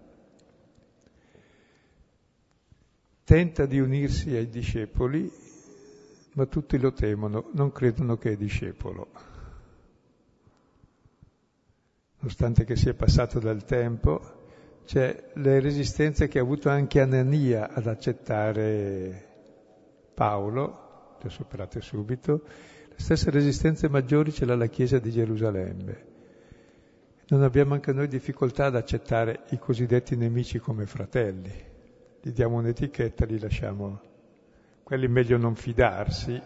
tenta di unirsi ai discepoli, ma tutti lo temono, non credono che è discepolo. Nonostante che sia passato dal tempo, c'è le resistenze che ha avuto anche Anania ad accettare Paolo, le ho superate subito. Le stesse resistenze maggiori ce l'ha la Chiesa di Gerusalemme. Non abbiamo anche noi difficoltà ad accettare i cosiddetti nemici come fratelli. Gli diamo un'etichetta, li lasciamo. Quelli meglio non fidarsi.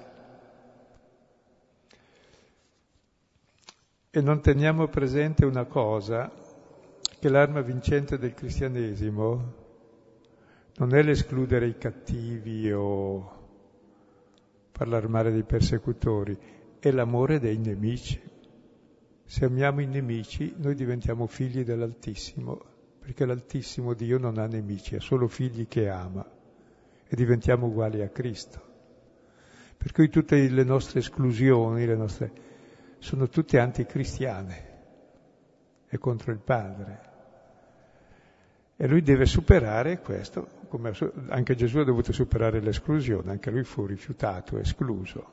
E non teniamo presente una cosa, che l'arma vincente del cristianesimo non è l'escludere i cattivi o parlare male dei persecutori, è l'amore dei nemici. Se amiamo i nemici, noi diventiamo figli dell'Altissimo, perché l'Altissimo Dio non ha nemici, ha solo figli che ama, e diventiamo uguali a Cristo. Per cui tutte le nostre esclusioni, sono tutte anticristiane, è contro il Padre. E lui deve superare questo, come anche Gesù ha dovuto superare l'esclusione, anche lui fu rifiutato, escluso.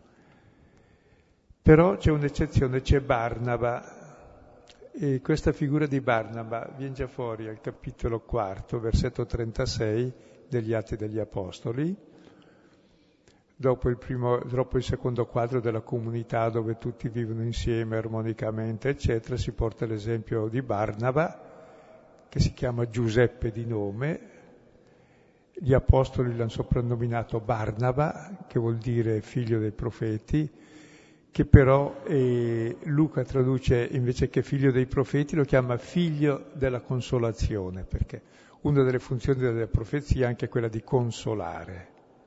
Però c'è un'eccezione, c'è Barnaba, e questa figura di Barnaba viene già fuori al capitolo 4, versetto 36 degli Atti degli Apostoli, dopo il secondo quadro della comunità dove tutti vivono insieme armonicamente, eccetera, si porta l'esempio di Barnaba, che si chiama Giuseppe di nome. Gli apostoli l'hanno soprannominato Barnaba, che vuol dire figlio dei profeti, che però Luca traduce invece che figlio dei profeti, lo chiama figlio della consolazione, perché una delle funzioni della profezia è anche quella di consolare.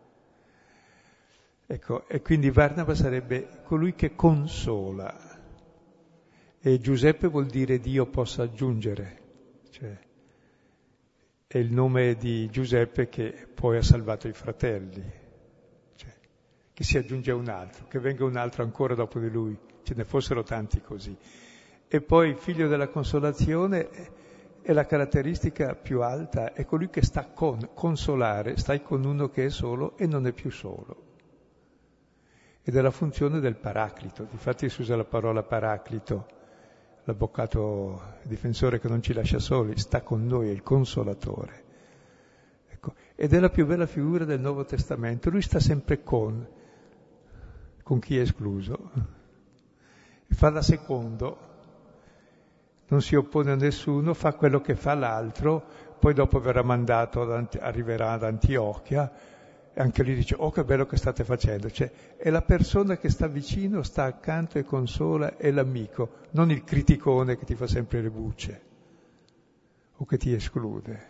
Ecco, e quindi Barnaba sarebbe colui che consola, e Giuseppe vuol dire Dio possa aggiungere, cioè è il nome di Giuseppe che poi ha salvato i fratelli, cioè che si aggiunge a un altro, che venga un altro ancora dopo di lui, ce ne fossero tanti così. E poi figlio della consolazione è la caratteristica più alta, è colui che sta consolare, stai con uno che è solo e non è più solo. Ed è la funzione del paraclito, difatti si usa la parola paraclito, l'avvocato difensore che non ci lascia soli, sta con noi, è il consolatore. Ecco. Ed è la più bella figura del Nuovo Testamento, lui sta sempre con chi è escluso, e fa da secondo, non si oppone a nessuno, fa quello che fa l'altro, poi dopo verrà mandato, arriverà ad Antiochia, e anche lì dice, oh che bello che state facendo, cioè è la persona che sta vicino, sta accanto e consola, è l'amico, non il criticone che ti fa sempre le bucce o che ti esclude.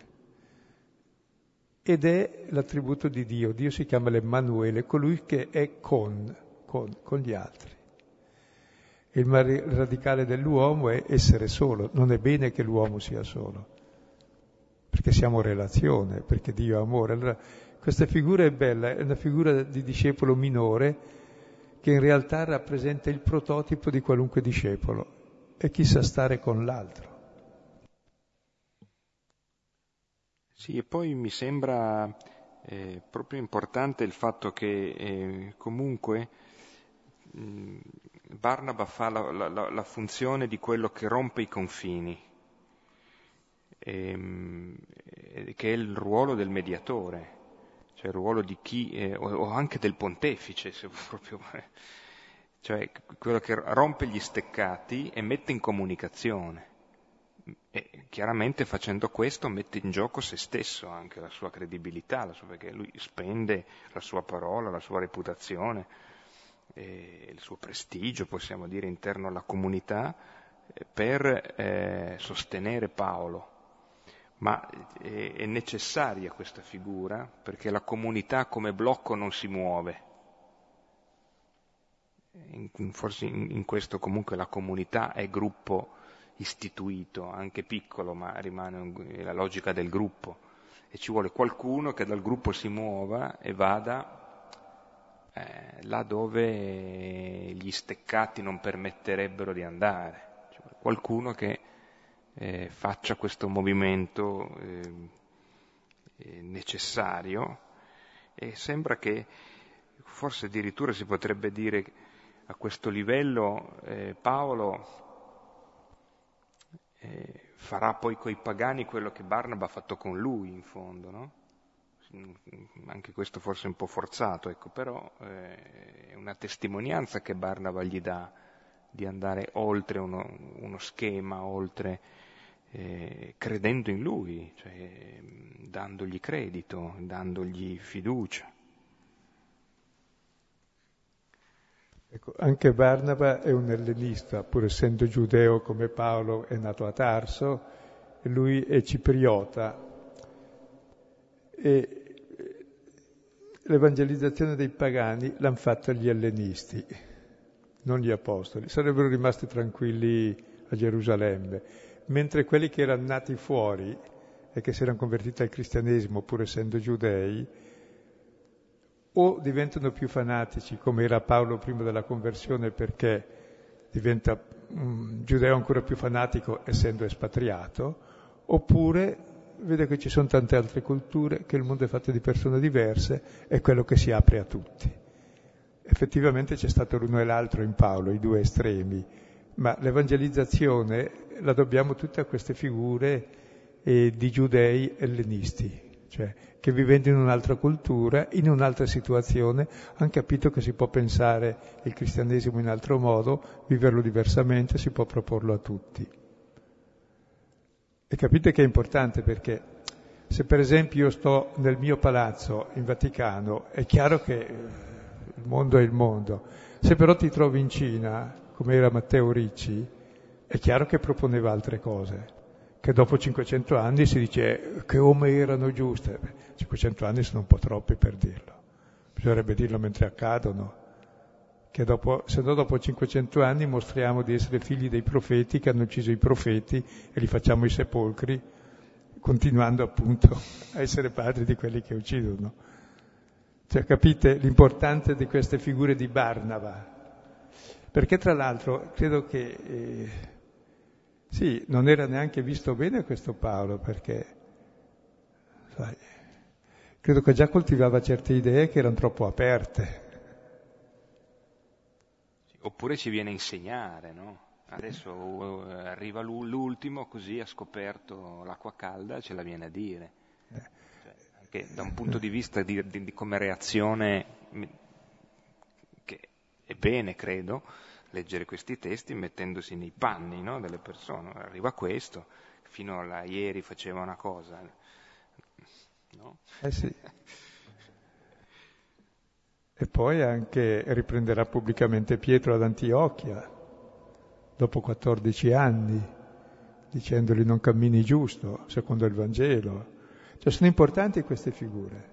Ed è l'attributo di Dio, Dio si chiama l'Emmanuele, colui che è con gli altri. Il radicale dell'uomo è essere solo, non è bene che l'uomo sia solo, perché siamo relazione, perché Dio è amore. Allora, questa figura è bella, è una figura di discepolo minore che in realtà rappresenta il prototipo di qualunque discepolo, è chi sa stare con l'altro. Sì, e poi mi sembra proprio importante il fatto che comunque Barnaba fa la funzione di quello che rompe i confini, che è il ruolo del mediatore, cioè il ruolo di chi, o anche del pontefice, se proprio, cioè quello che rompe gli steccati e mette in comunicazione. E chiaramente facendo questo mette in gioco se stesso, anche la sua credibilità, perché lui spende la sua parola, la sua reputazione, il suo prestigio, possiamo dire, interno alla comunità, per sostenere Paolo. Ma è necessaria questa figura perché la comunità come blocco non si muove. forse in questo comunque la comunità è gruppo istituito, anche piccolo, ma rimane la logica del gruppo, e ci vuole qualcuno che dal gruppo si muova e vada là dove gli steccati non permetterebbero di andare. Ci vuole qualcuno che faccia questo movimento necessario, e sembra che forse addirittura si potrebbe dire a questo livello Paolo farà poi coi pagani quello che Barnaba ha fatto con lui, in fondo, no? Anche questo forse è un po' forzato, ecco, però è una testimonianza che Barnaba gli dà di andare oltre uno schema, oltre credendo in lui, cioè dandogli credito, dandogli fiducia. Ecco, anche Barnaba è un ellenista, pur essendo giudeo come Paolo è nato a Tarso, e lui è cipriota. E l'evangelizzazione dei pagani l'hanno fatta gli ellenisti, non gli apostoli. Sarebbero rimasti tranquilli a Gerusalemme, mentre quelli che erano nati fuori e che si erano convertiti al cristianesimo, pur essendo giudei, o diventano più fanatici, come era Paolo prima della conversione, perché diventa un giudeo ancora più fanatico essendo espatriato, oppure vede che ci sono tante altre culture, che il mondo è fatto di persone diverse, è quello che si apre a tutti. Effettivamente c'è stato l'uno e l'altro in Paolo, i due estremi, ma l'evangelizzazione la dobbiamo tutta a queste figure di giudei ellenisti, cioè che vivendo in un'altra cultura, in un'altra situazione, hanno capito che si può pensare il cristianesimo in altro modo, viverlo diversamente, si può proporlo a tutti. E capite che è importante, perché se per esempio io sto nel mio palazzo in Vaticano, è chiaro che il mondo è il mondo. Se però ti trovi in Cina, come era Matteo Ricci, è chiaro che proponeva altre cose, che dopo 500 anni si dice che come erano giuste. 500 anni sono un po' troppi per dirlo, bisognerebbe dirlo mentre accadono, che se no dopo 500 anni mostriamo di essere figli dei profeti che hanno ucciso i profeti e li facciamo i sepolcri, continuando appunto a essere padri di quelli che uccidono. Cioè, capite l'importanza di queste figure di Barnaba? Perché tra l'altro credo che sì, non era neanche visto bene questo Paolo, perché sai, credo che già coltivava certe idee che erano troppo aperte. Oppure ci viene a insegnare, no? Adesso arriva l'ultimo, così ha scoperto l'acqua calda, ce la viene a dire. Cioè, anche da un punto di vista di come reazione, che è bene, credo, leggere questi testi mettendosi nei panni, no, delle persone. Arriva questo, fino a ieri faceva una cosa, no? Sì. E poi anche riprenderà pubblicamente Pietro ad Antiochia, dopo 14 anni, dicendogli non cammini giusto, secondo il Vangelo. Cioè sono importanti queste figure,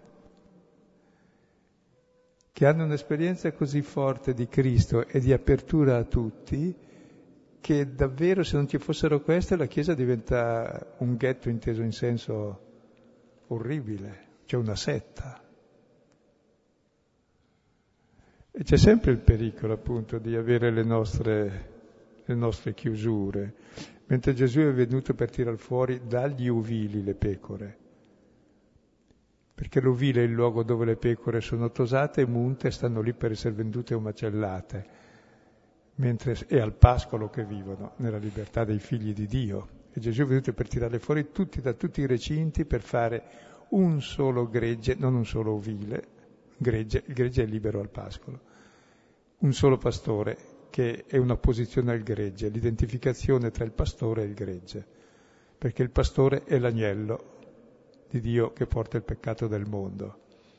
che hanno un'esperienza così forte di Cristo e di apertura a tutti, che davvero se non ci fossero queste la Chiesa diventa un ghetto inteso in senso orribile, cioè una setta. E c'è sempre il pericolo appunto di avere le nostre chiusure, mentre Gesù è venuto per tirar fuori dagli uvili le pecore, perché l'ovile è il luogo dove le pecore sono tosate e munte e stanno lì per essere vendute o macellate, mentre è al pascolo che vivono, nella libertà dei figli di Dio. E Gesù è venuto per tirarle fuori da tutti i recinti, per fare un solo gregge, non un solo ovile, il gregge è libero al pascolo, un solo pastore, che è un'opposizione al gregge, l'identificazione tra il pastore e il gregge, perché il pastore è l'agnello di Dio che porta il peccato del mondo.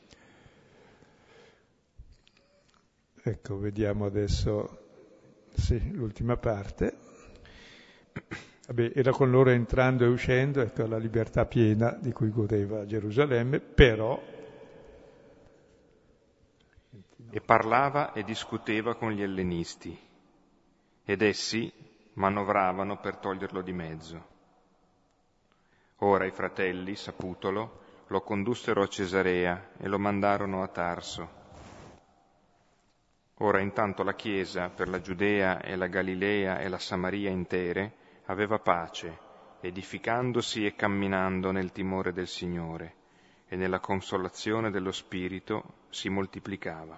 Ecco, vediamo adesso l'ultima parte. Vabbè, era con loro entrando e uscendo, ecco la libertà piena di cui godeva Gerusalemme, però e parlava e discuteva con gli ellenisti, ed essi manovravano per toglierlo di mezzo. Ora i fratelli, saputolo, lo condussero a Cesarea e lo mandarono a Tarso. Ora intanto la Chiesa per la Giudea e la Galilea e la Samaria intere aveva pace, edificandosi e camminando nel timore del Signore, e nella consolazione dello Spirito si moltiplicava.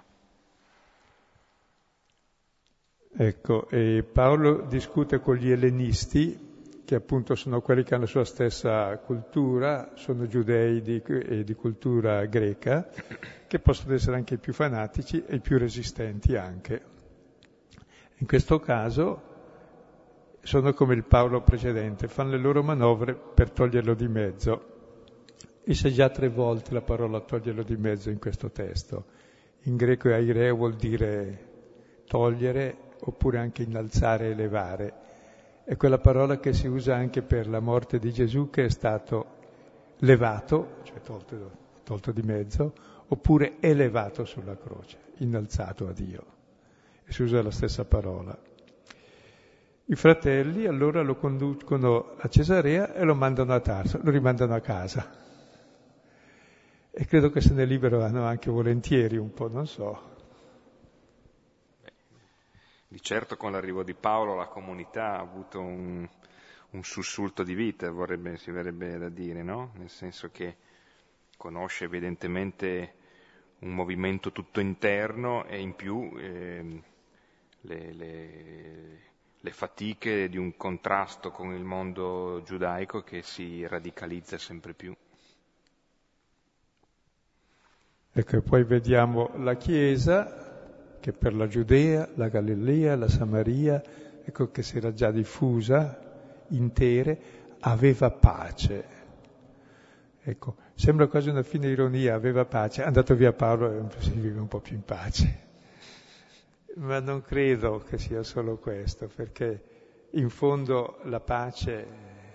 Ecco, e Paolo discute con gli ellenisti, che appunto sono quelli che hanno la sua stessa cultura, sono giudei di cultura greca, che possono essere anche i più fanatici e i più resistenti anche. In questo caso sono come il Paolo precedente, fanno le loro manovre per toglierlo di mezzo. E c'è già 3 volte la parola toglierlo di mezzo in questo testo. In greco aireo vuol dire togliere, oppure anche innalzare, elevare. È quella parola che si usa anche per la morte di Gesù, che è stato levato, cioè tolto di mezzo, oppure elevato sulla croce, innalzato a Dio. E si usa la stessa parola. I fratelli allora lo conducono a Cesarea e lo mandano a Tarso, lo rimandano a casa. E credo che se ne liberano anche volentieri un po', non so. Di certo con l'arrivo di Paolo la comunità ha avuto un sussulto di vita, si verrebbe da dire, no? Nel senso che conosce evidentemente un movimento tutto interno e in più le fatiche di un contrasto con il mondo giudaico che si radicalizza sempre più. Ecco, e poi vediamo la Chiesa, che per la Giudea, la Galilea, la Samaria, ecco che si era già diffusa, intere, aveva pace. Ecco, sembra quasi una fine ironia, aveva pace, è andato via Paolo e si vive un po' più in pace. Ma non credo che sia solo questo, perché in fondo la pace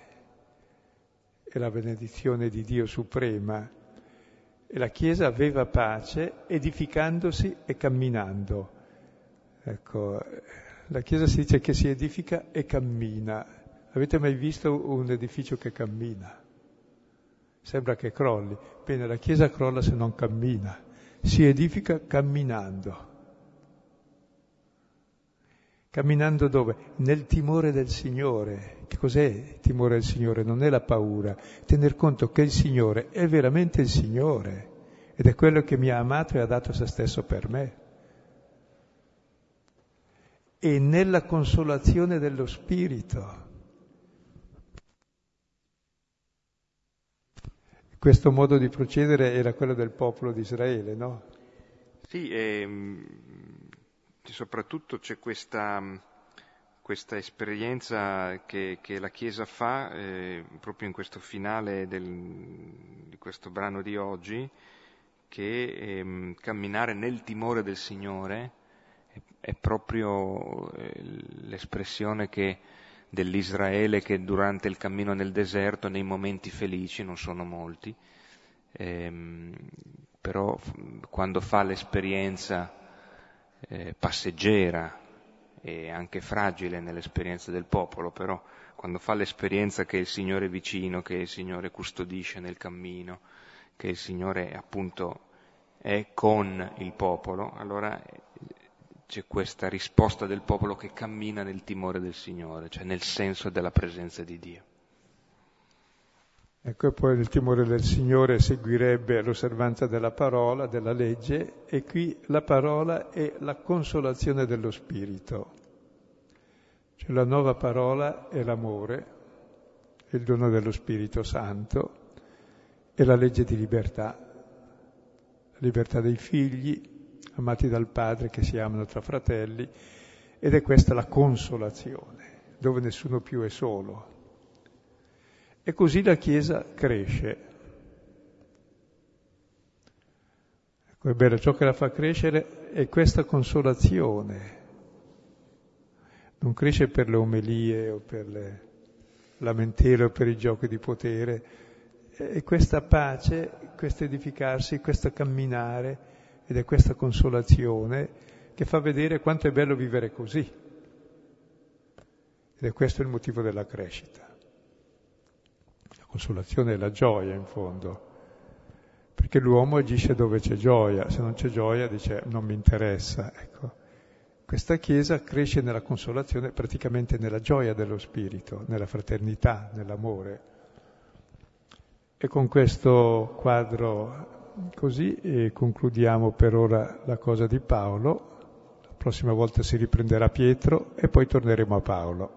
è la benedizione di Dio suprema. E la Chiesa aveva pace edificandosi e camminando. Ecco, la Chiesa si dice che si edifica e cammina. Avete mai visto un edificio che cammina? Sembra che crolli. Bene, la Chiesa crolla se non cammina. Si edifica camminando. Camminando dove? Nel timore del Signore. Che cos'è il timore del Signore? Non è la paura. Tener conto che il Signore è veramente il Signore ed è quello che mi ha amato e ha dato se stesso per me. E nella consolazione dello Spirito. Questo modo di procedere era quello del popolo di Israele, no? Sì, soprattutto c'è questa esperienza che la Chiesa fa proprio in questo finale di questo brano di oggi, che camminare nel timore del Signore è proprio l'espressione dell'Israele che durante il cammino nel deserto, nei momenti felici, non sono molti, però quando fa l'esperienza passeggera e anche fragile nell'esperienza del popolo, però quando fa l'esperienza che il Signore è vicino, che il Signore custodisce nel cammino, che il Signore appunto è con il popolo, allora c'è questa risposta del popolo che cammina nel timore del Signore, cioè nel senso della presenza di Dio. Ecco, e poi il timore del Signore seguirebbe l'osservanza della parola, della legge, e qui la parola è la consolazione dello Spirito. Cioè la nuova parola è l'amore, è il dono dello Spirito Santo, è la legge di libertà, la libertà dei figli, amati dal Padre, che si amano tra fratelli, ed è questa la consolazione, dove nessuno più è solo. E così la Chiesa cresce. Ecco, è bello, ciò che la fa crescere è questa consolazione. Non cresce per le omelie o per le lamentele o per i giochi di potere. È questa pace, questo edificarsi, questo camminare ed è questa consolazione che fa vedere quanto è bello vivere così. Ed è questo il motivo della crescita. La consolazione è la gioia, in fondo, perché l'uomo agisce dove c'è gioia, se non c'è gioia dice non mi interessa, ecco. Questa Chiesa cresce nella consolazione, praticamente nella gioia dello spirito, nella fraternità, nell'amore. E con questo quadro così concludiamo per ora la cosa di Paolo. La prossima volta si riprenderà Pietro e poi torneremo a Paolo.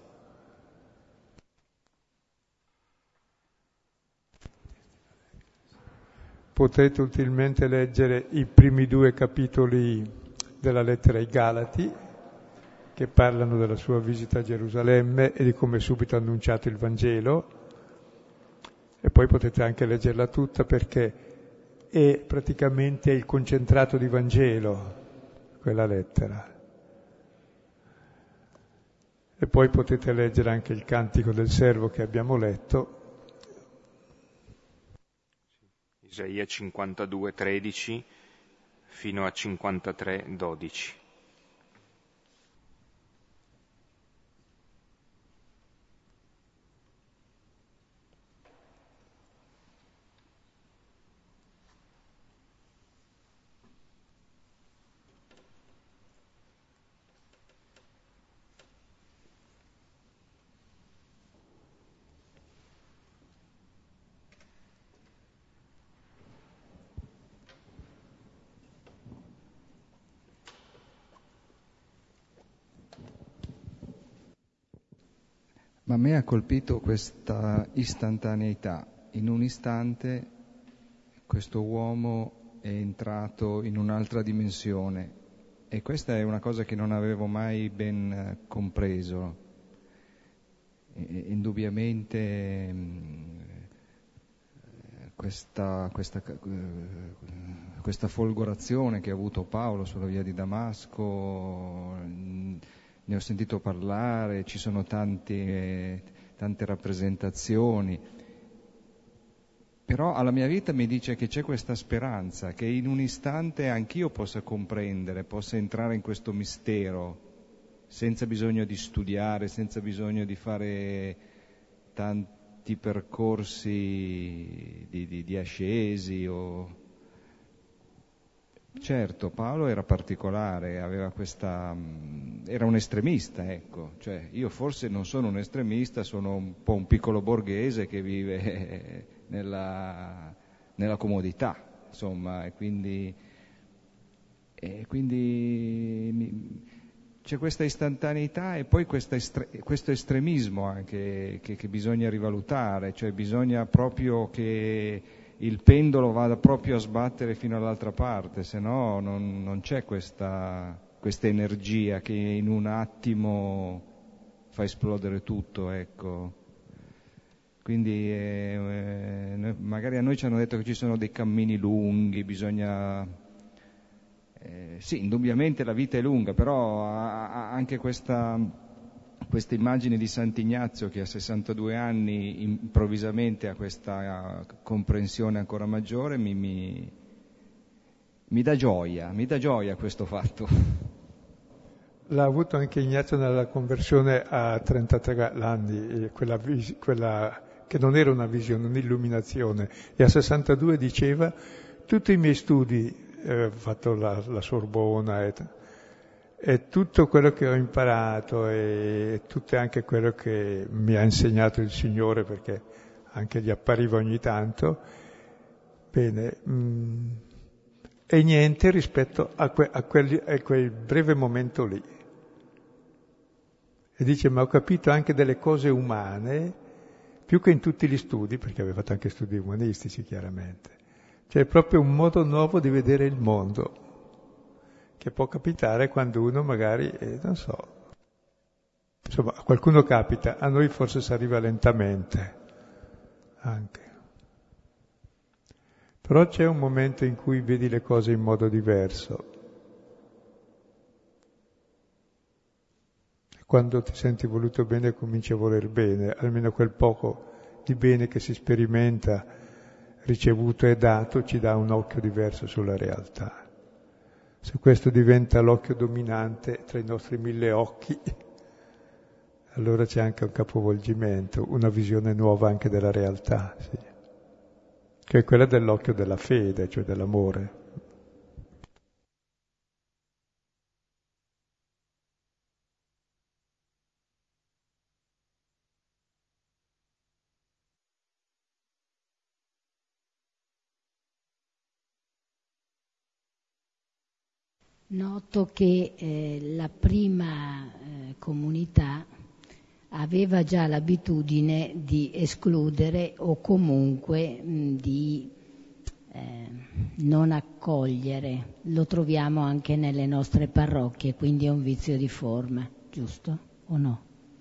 Potete utilmente leggere i primi 2 capitoli della lettera ai Galati, che parlano della sua visita a Gerusalemme e di come subito ha annunciato il Vangelo, e poi potete anche leggerla tutta perché è praticamente il concentrato di Vangelo, quella lettera. E poi potete leggere anche il Cantico del Servo che abbiamo letto. Isaia 52:13 fino a 53:12. Ma a me ha colpito questa istantaneità. In un istante questo uomo è entrato in un'altra dimensione e questa è una cosa che non avevo mai ben compreso. Indubbiamente questa folgorazione che ha avuto Paolo sulla via di Damasco, ne ho sentito parlare, ci sono tante rappresentazioni, però alla mia vita mi dice che c'è questa speranza, che in un istante anch'io possa comprendere, possa entrare in questo mistero, senza bisogno di studiare, senza bisogno di fare tanti percorsi di ascesi o... Certo, Paolo era particolare, aveva era un estremista, ecco, cioè io forse non sono un estremista, sono un po' un piccolo borghese che vive nella comodità, insomma, e quindi c'è questa istantaneità e poi questo estremismo anche che bisogna rivalutare, cioè bisogna proprio che il pendolo vada proprio a sbattere fino all'altra parte, se no non c'è questa energia che in un attimo fa esplodere tutto, ecco. Quindi magari a noi ci hanno detto che ci sono dei cammini lunghi, bisogna... sì, indubbiamente la vita è lunga, però anche questa immagine di Sant'Ignazio che a 62 anni improvvisamente ha questa comprensione ancora maggiore mi dà gioia questo fatto. L'ha avuto anche Ignazio nella conversione a 33 anni, quella che non era una visione, un'illuminazione, e a 62 diceva tutti i miei studi, ho fatto la Sorbona e tutto quello che ho imparato e tutto anche quello che mi ha insegnato il Signore, perché anche gli appariva ogni tanto, bene, e niente rispetto a quel breve momento lì. E dice, ma ho capito anche delle cose umane, più che in tutti gli studi, perché aveva fatto anche studi umanistici chiaramente. Cioè è proprio un modo nuovo di vedere il mondo, che può capitare quando uno magari, non so, insomma, a qualcuno capita, a noi forse si arriva lentamente anche. Però c'è un momento in cui vedi le cose in modo diverso. Quando ti senti voluto bene cominci a voler bene, almeno quel poco di bene che si sperimenta, ricevuto e dato, ci dà un occhio diverso sulla realtà. Se questo diventa l'occhio dominante tra i nostri 1000 occhi, allora c'è anche un capovolgimento, una visione nuova anche della realtà, sì, che è quella dell'occhio della fede, cioè dell'amore. Noto che la prima comunità aveva già l'abitudine di escludere o comunque di non accogliere. Lo troviamo anche nelle nostre parrocchie, quindi è un vizio di forma, giusto o no?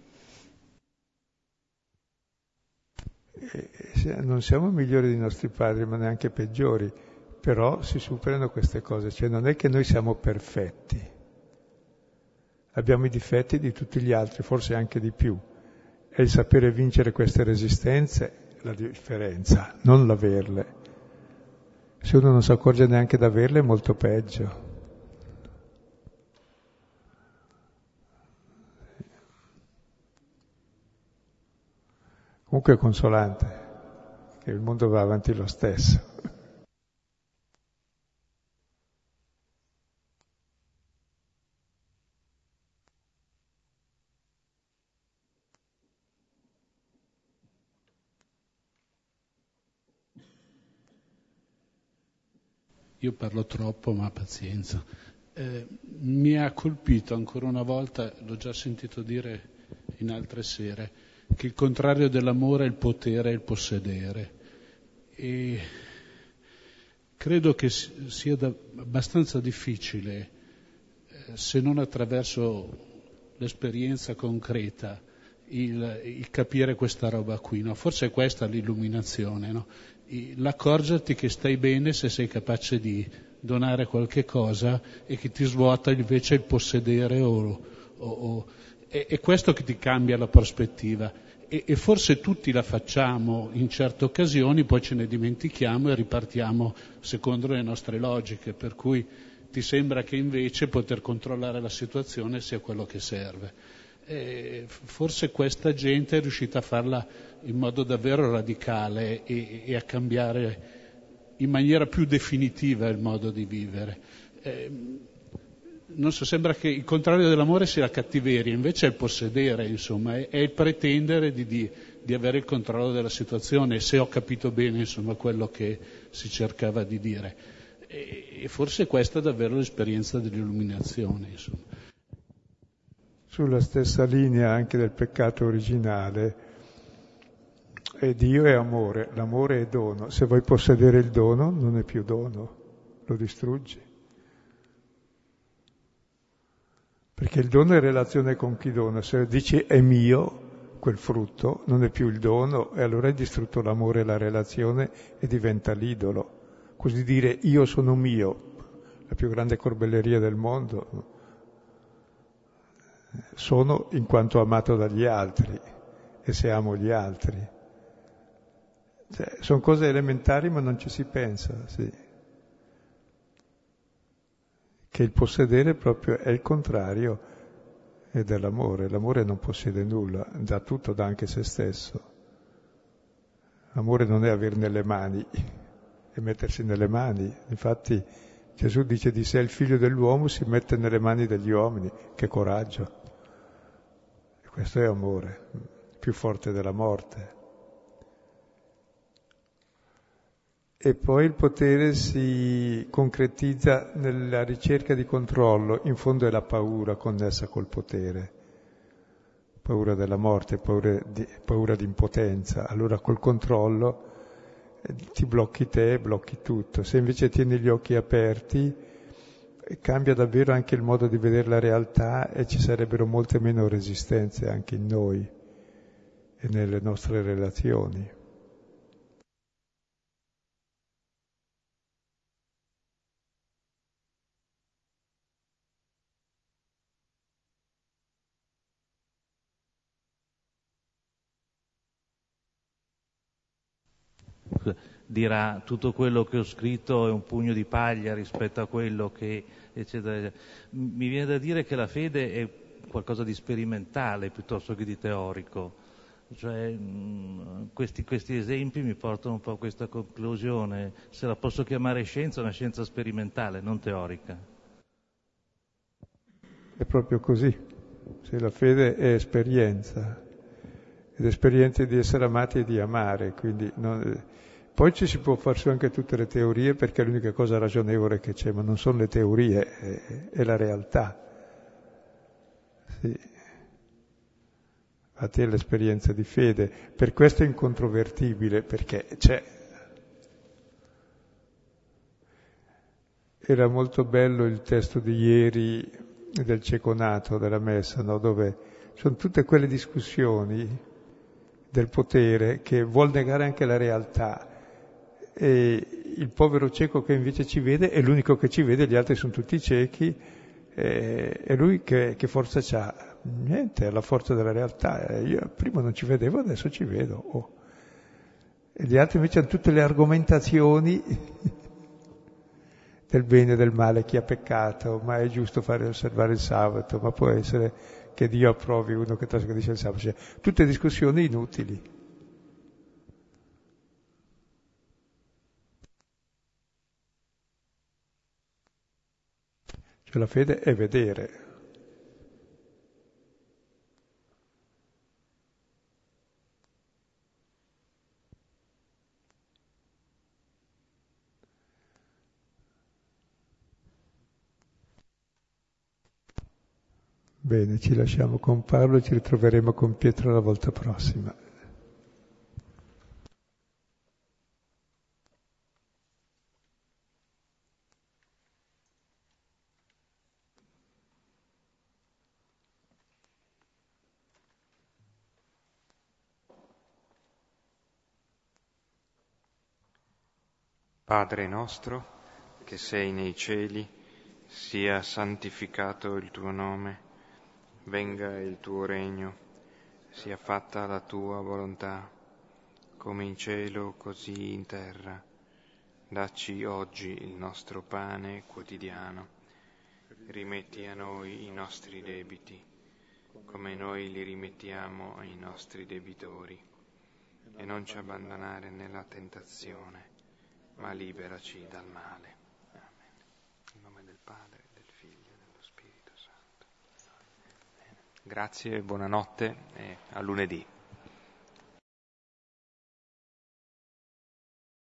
Non siamo migliori dei nostri padri, ma neanche peggiori, però si superano queste cose, cioè non è che noi siamo perfetti, abbiamo i difetti di tutti gli altri, forse anche di più. È il sapere vincere queste resistenze la differenza, non l'averle. Se uno non si accorge neanche di averle è molto peggio. Comunque è consolante che il mondo va avanti lo stesso. Io parlo troppo, ma pazienza. Mi ha colpito ancora una volta, l'ho già sentito dire in altre sere, che il contrario dell'amore è il potere e il possedere. E credo che sia abbastanza difficile, se non attraverso l'esperienza concreta, il capire questa roba qui, no? Forse è questa l'illuminazione, no? L'accorgerti che stai bene se sei capace di donare qualche cosa e che ti svuota invece il possedere è questo che ti cambia la prospettiva e forse tutti la facciamo in certe occasioni, poi ce ne dimentichiamo e ripartiamo secondo le nostre logiche, per cui ti sembra che invece poter controllare la situazione sia quello che serve. Forse questa gente è riuscita a farla in modo davvero radicale e a cambiare in maniera più definitiva il modo di vivere. Non so, sembra che il contrario dell'amore sia la cattiveria, invece è il possedere, insomma, è il pretendere di avere il controllo della situazione, se ho capito bene, insomma, quello che si cercava di dire. E forse questa è davvero l'esperienza dell'illuminazione, insomma. Sulla stessa linea anche del peccato originale, e Dio è amore, l'amore è dono. Se vuoi possedere il dono, non è più dono, lo distruggi. Perché il dono è relazione con chi dona. Se dici è mio, quel frutto, non è più il dono, e allora hai distrutto l'amore e la relazione e diventa l'idolo. Così dire io sono mio, la più grande corbelleria del mondo. Sono in quanto amato dagli altri, e se amo gli altri. Cioè, sono cose elementari ma non ci si pensa, sì. Che il possedere proprio è il contrario dell'amore. L'amore non possiede nulla, dà tutto, dà anche se stesso. L'amore non è avere nelle mani e mettersi nelle mani. Infatti Gesù dice di sé il figlio dell'uomo si mette nelle mani degli uomini, che coraggio. E questo è amore, più forte della morte. E poi il potere si concretizza nella ricerca di controllo, in fondo è la paura connessa col potere, paura della morte, paura di impotenza. Allora col controllo ti blocchi te, blocchi tutto. Se invece tieni gli occhi aperti, cambia davvero anche il modo di vedere la realtà e ci sarebbero molte meno resistenze anche in noi e nelle nostre relazioni. dirà tutto quello che ho scritto è un pugno di paglia rispetto a quello che eccetera. Mi viene da dire che la fede è qualcosa di sperimentale piuttosto che di teorico, cioè questi esempi mi portano un po' a questa conclusione. Se la posso chiamare scienza, è una scienza sperimentale, non teorica. È proprio così. Se la fede è esperienza, ed esperienza di essere amati e di amare, quindi poi ci si può far su anche tutte le teorie, perché è l'unica cosa ragionevole che c'è, ma non sono le teorie, è la realtà. Sì. Infatti è l'esperienza di fede, per questo è incontrovertibile, perché c'è. Era molto bello il testo di ieri del ceconato, della messa, no? Dove sono tutte quelle discussioni del potere che vuol negare anche la realtà, e il povero cieco che invece ci vede è l'unico che ci vede, gli altri sono tutti ciechi, e lui che forza c'ha? Niente, è la forza della realtà. Io prima non ci vedevo, adesso ci vedo. Oh. E gli altri invece hanno tutte le argomentazioni del bene e del male, chi ha peccato, ma è giusto fare osservare il sabato, ma può essere che Dio approvi uno che trasgredisce il sabato. Cioè, tutte discussioni inutili. Cioè la fede è vedere. Bene, ci lasciamo con Paolo e ci ritroveremo con Pietro la volta prossima. Padre nostro, che sei nei cieli, sia santificato il tuo nome, venga il tuo regno, sia fatta la tua volontà, come in cielo così in terra. Dacci oggi il nostro pane quotidiano, rimetti a noi i nostri debiti, come noi li rimettiamo ai nostri debitori, e non ci abbandonare nella tentazione, ma liberaci dal male. Amen. In nome del Padre, del Figlio e dello Spirito Santo. Bene. Grazie, buonanotte e a lunedì.